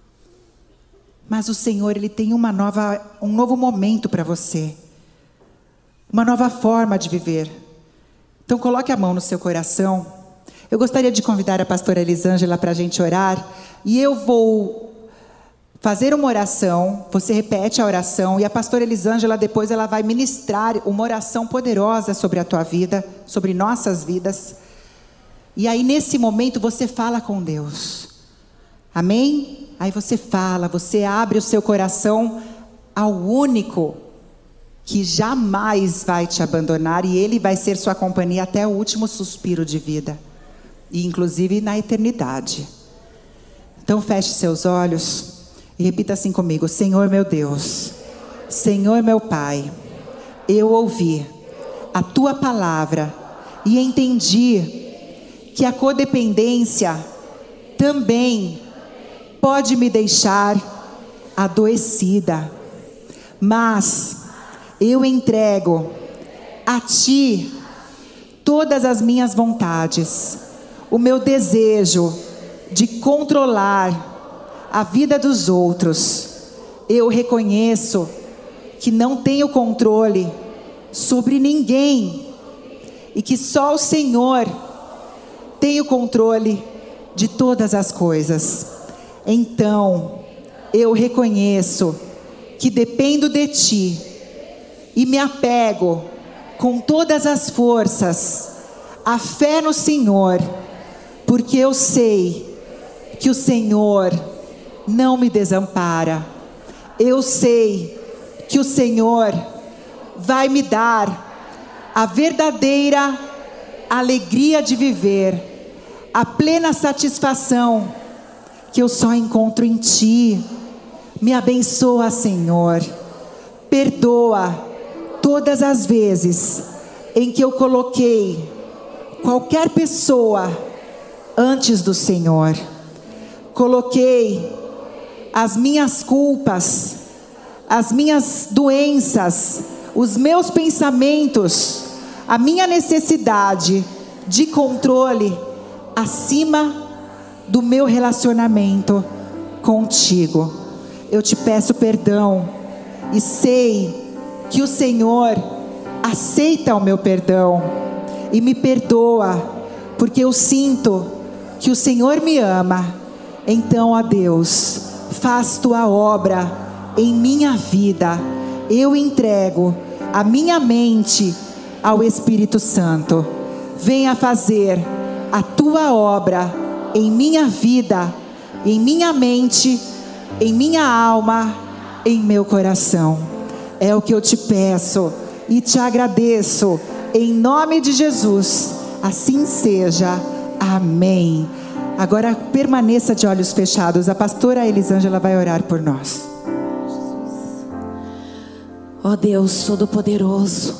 Mas o Senhor, Ele tem uma nova, um novo momento para você. Uma nova forma de viver. Então coloque a mão no seu coração. Eu gostaria de convidar a pastora Elisângela para a gente orar. E eu vou fazer uma oração. Você repete a oração. E a pastora Elisângela depois ela vai ministrar uma oração poderosa sobre a tua vida. Sobre nossas vidas. E aí nesse momento você fala com Deus. Amém? Aí você fala, você abre o seu coração ao único que jamais vai te abandonar, e Ele vai ser sua companhia até o último suspiro de vida, e inclusive na eternidade. Então feche seus olhos e repita assim comigo: Senhor meu Deus, Senhor meu Pai, eu ouvi a Tua palavra e entendi que a codependência também pode me deixar adoecida, mas eu entrego a Ti todas as minhas vontades, o meu desejo de controlar a vida dos outros. Eu reconheço que não tenho controle sobre ninguém e que só o Senhor tem o controle de todas as coisas. Então, eu reconheço que dependo de Ti e me apego com todas as forças à fé no Senhor, porque eu sei que o Senhor não me desampara. Eu sei que o Senhor vai me dar a verdadeira alegria de viver, a plena satisfação que eu só encontro em Ti. Me abençoa, Senhor. Perdoa todas as vezes em que eu coloquei qualquer pessoa antes do Senhor. Coloquei as minhas culpas, as minhas doenças, os meus pensamentos, a minha necessidade de controle acima do meu relacionamento contigo. Eu te peço perdão e sei que o Senhor aceita o meu perdão e me perdoa, porque eu sinto que o Senhor me ama. Então, ó Deus, faz Tua obra em minha vida. Eu entrego a minha mente ao Espírito Santo. Venha fazer a Tua obra em minha vida, em minha mente, em minha alma, em meu coração. É o que eu te peço, e te agradeço. Em nome de Jesus, assim seja. Amém. Agora permaneça de olhos fechados. A pastora Elisângela vai orar por nós. Ó Deus Todo-Poderoso,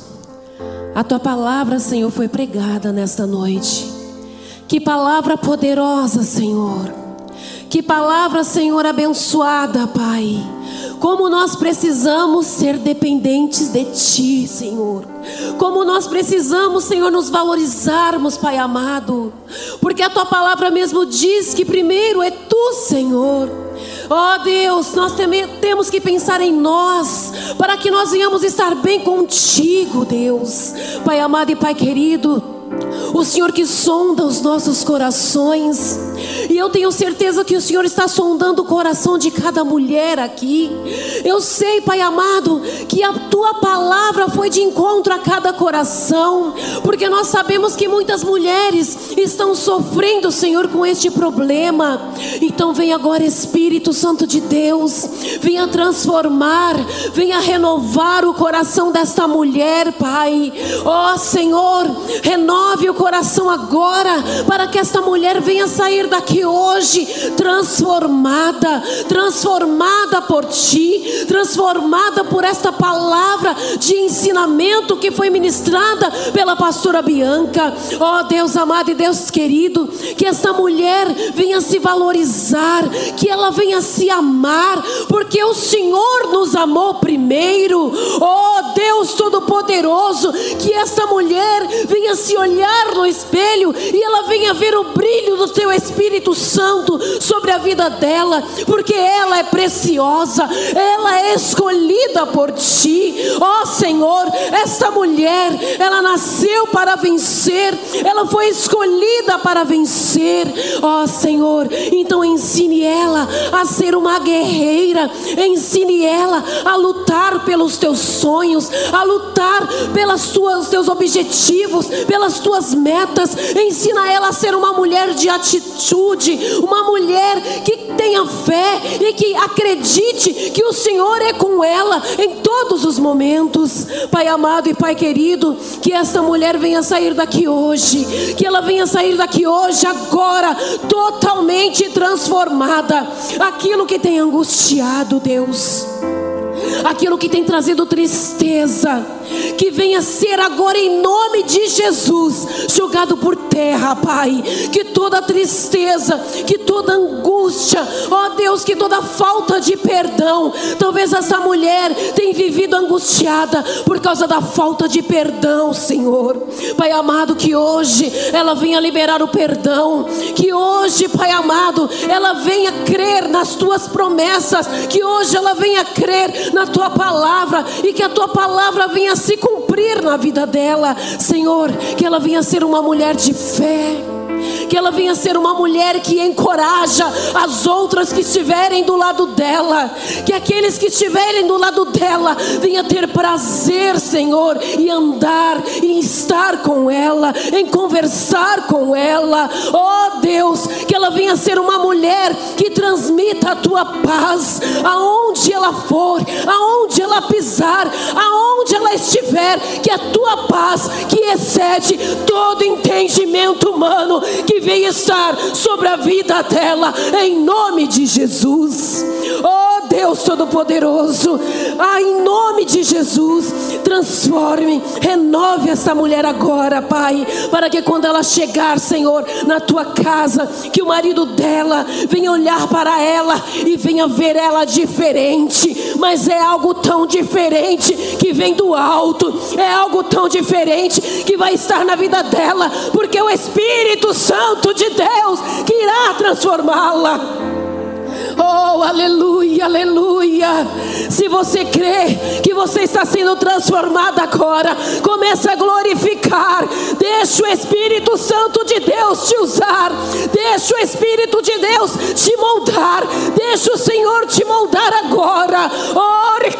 a Tua palavra, Senhor, foi pregada nesta noite. Que palavra poderosa, Senhor. Que palavra, Senhor, abençoada, Pai. Como nós precisamos ser dependentes de Ti, Senhor. Como nós precisamos, Senhor, nos valorizarmos, Pai amado. Porque a Tua palavra mesmo diz que primeiro é Tu, Senhor. Ó oh Deus, nós temos que pensar em nós, para que nós venhamos estar bem contigo, Deus. Pai amado e Pai querido, o Senhor que sonda os nossos corações, e eu tenho certeza que o Senhor está sondando o coração de cada mulher aqui. Eu sei, Pai amado, que a Tua palavra foi de encontro a cada coração, porque nós sabemos que muitas mulheres estão sofrendo, Senhor, com este problema. Então vem agora, Espírito Santo de Deus, venha transformar, venha renovar o coração desta mulher, Pai. Ó Senhor, renove o coração agora, para que esta mulher venha sair daqui hoje transformada, transformada por Ti, transformada por esta palavra de ensinamento que foi ministrada pela pastora Bianca. Ó Deus amado e Deus querido, que esta mulher venha se valorizar, que ela venha se amar, porque o Senhor nos amou primeiro. Ó Deus Todo-Poderoso, que esta mulher venha se olhar no espelho e ela venha ver o brilho do Teu Espírito Santo sobre a vida dela, porque ela é preciosa, ela é escolhida por Ti. Ó Senhor, esta mulher, ela nasceu para vencer, ela foi escolhida para vencer. Ó Senhor, então ensine ela a ser uma guerreira, ensine ela a lutar pelos Teus sonhos, a lutar pelas tuas, teus objetivos, pelas Tuas metas. Ensina ela a ser uma mulher de atitude, uma mulher que tenha fé e que acredite que o Senhor é com ela em todos os momentos. Pai amado e Pai querido, que esta mulher venha sair daqui hoje, que ela venha sair daqui hoje, agora, totalmente transformada. Aquilo que tem angustiado, Deus, aquilo que tem trazido tristeza, que venha ser agora, em nome de Jesus, jogado por terra, Pai. Que toda tristeza, que toda angústia, ó Deus, que toda falta de perdão, talvez essa mulher tenha vivido angustiada por causa da falta de perdão, Senhor. Pai amado, que hoje ela venha liberar o perdão, que hoje, Pai amado, ela venha crer nas Tuas promessas, que hoje ela venha crer na Tua palavra, e que a Tua palavra venha se cumprir na vida dela, Senhor. Que ela venha ser uma mulher de fé, que ela venha ser uma mulher que encoraja as outras que estiverem do lado dela, que aqueles que estiverem do lado dela venha ter prazer, Senhor, em andar, em estar com ela, em conversar com ela. Ó Deus, que ela venha ser uma mulher que transmita a Tua paz aonde ela for, aonde ela pisar, aonde ela estiver, que a Tua paz, que excede todo entendimento humano, que venha estar sobre a vida dela, em nome de Jesus. Oh Deus Todo-Poderoso, ah, em nome de Jesus, transforme, renove essa mulher agora, Pai, para que quando ela chegar, Senhor, na Tua casa, que o marido dela venha olhar para ela e venha ver ela diferente. Mas é algo tão diferente que vem do alto, é algo tão diferente que vai estar na vida dela, porque o Espírito Santo de Deus que irá transformá-la. Oh, aleluia, aleluia. Se você crê que você está sendo transformada agora, comece a glorificar. Deixa o Espírito Santo de Deus te usar. Deixa o Espírito de Deus te moldar. Deixa o Senhor te moldar agora. Ore,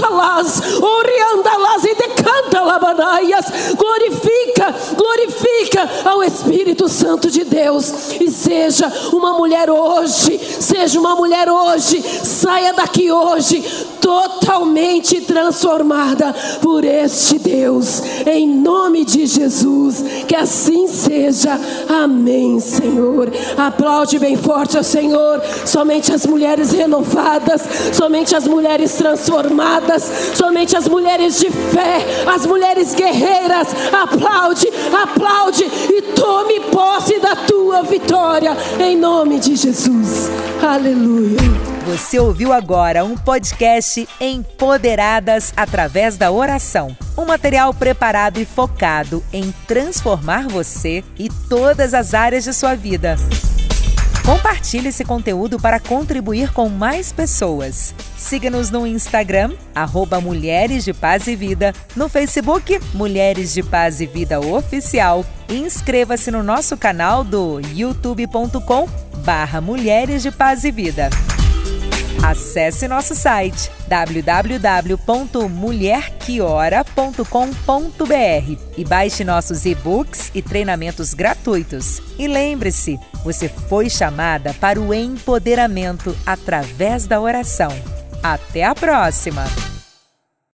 canta-las, ore, anda-las e decanta-labanaias. Glorifica, glorifica obedência ao Espírito Santo de Deus. E seja uma mulher hoje, seja uma mulher hoje, saia daqui hoje totalmente transformada por este Deus, em nome de Jesus, que assim seja, amém, Senhor. Aplaude bem forte ao Senhor. Somente as mulheres renovadas, somente as mulheres transformadas, somente as mulheres de fé, as mulheres guerreiras, aplaude, aplaude e tome posse da tua vitória, em nome de Jesus, aleluia. Você ouviu agora um podcast Empoderadas através da oração. Um material preparado e focado em transformar você e todas as áreas de sua vida. Compartilhe esse conteúdo para contribuir com mais pessoas. Siga-nos no Instagram, arroba Mulheres de Paz e Vida, no Facebook, Mulheres de Paz e Vida Oficial, e inscreva-se no nosso canal do youtube ponto com barra Mulheres de Paz e Vida. Acesse nosso site w w w ponto mulher que ora ponto com ponto b r e baixe nossos e-books e treinamentos gratuitos. E lembre-se, você foi chamada para o empoderamento através da oração. Até a próxima!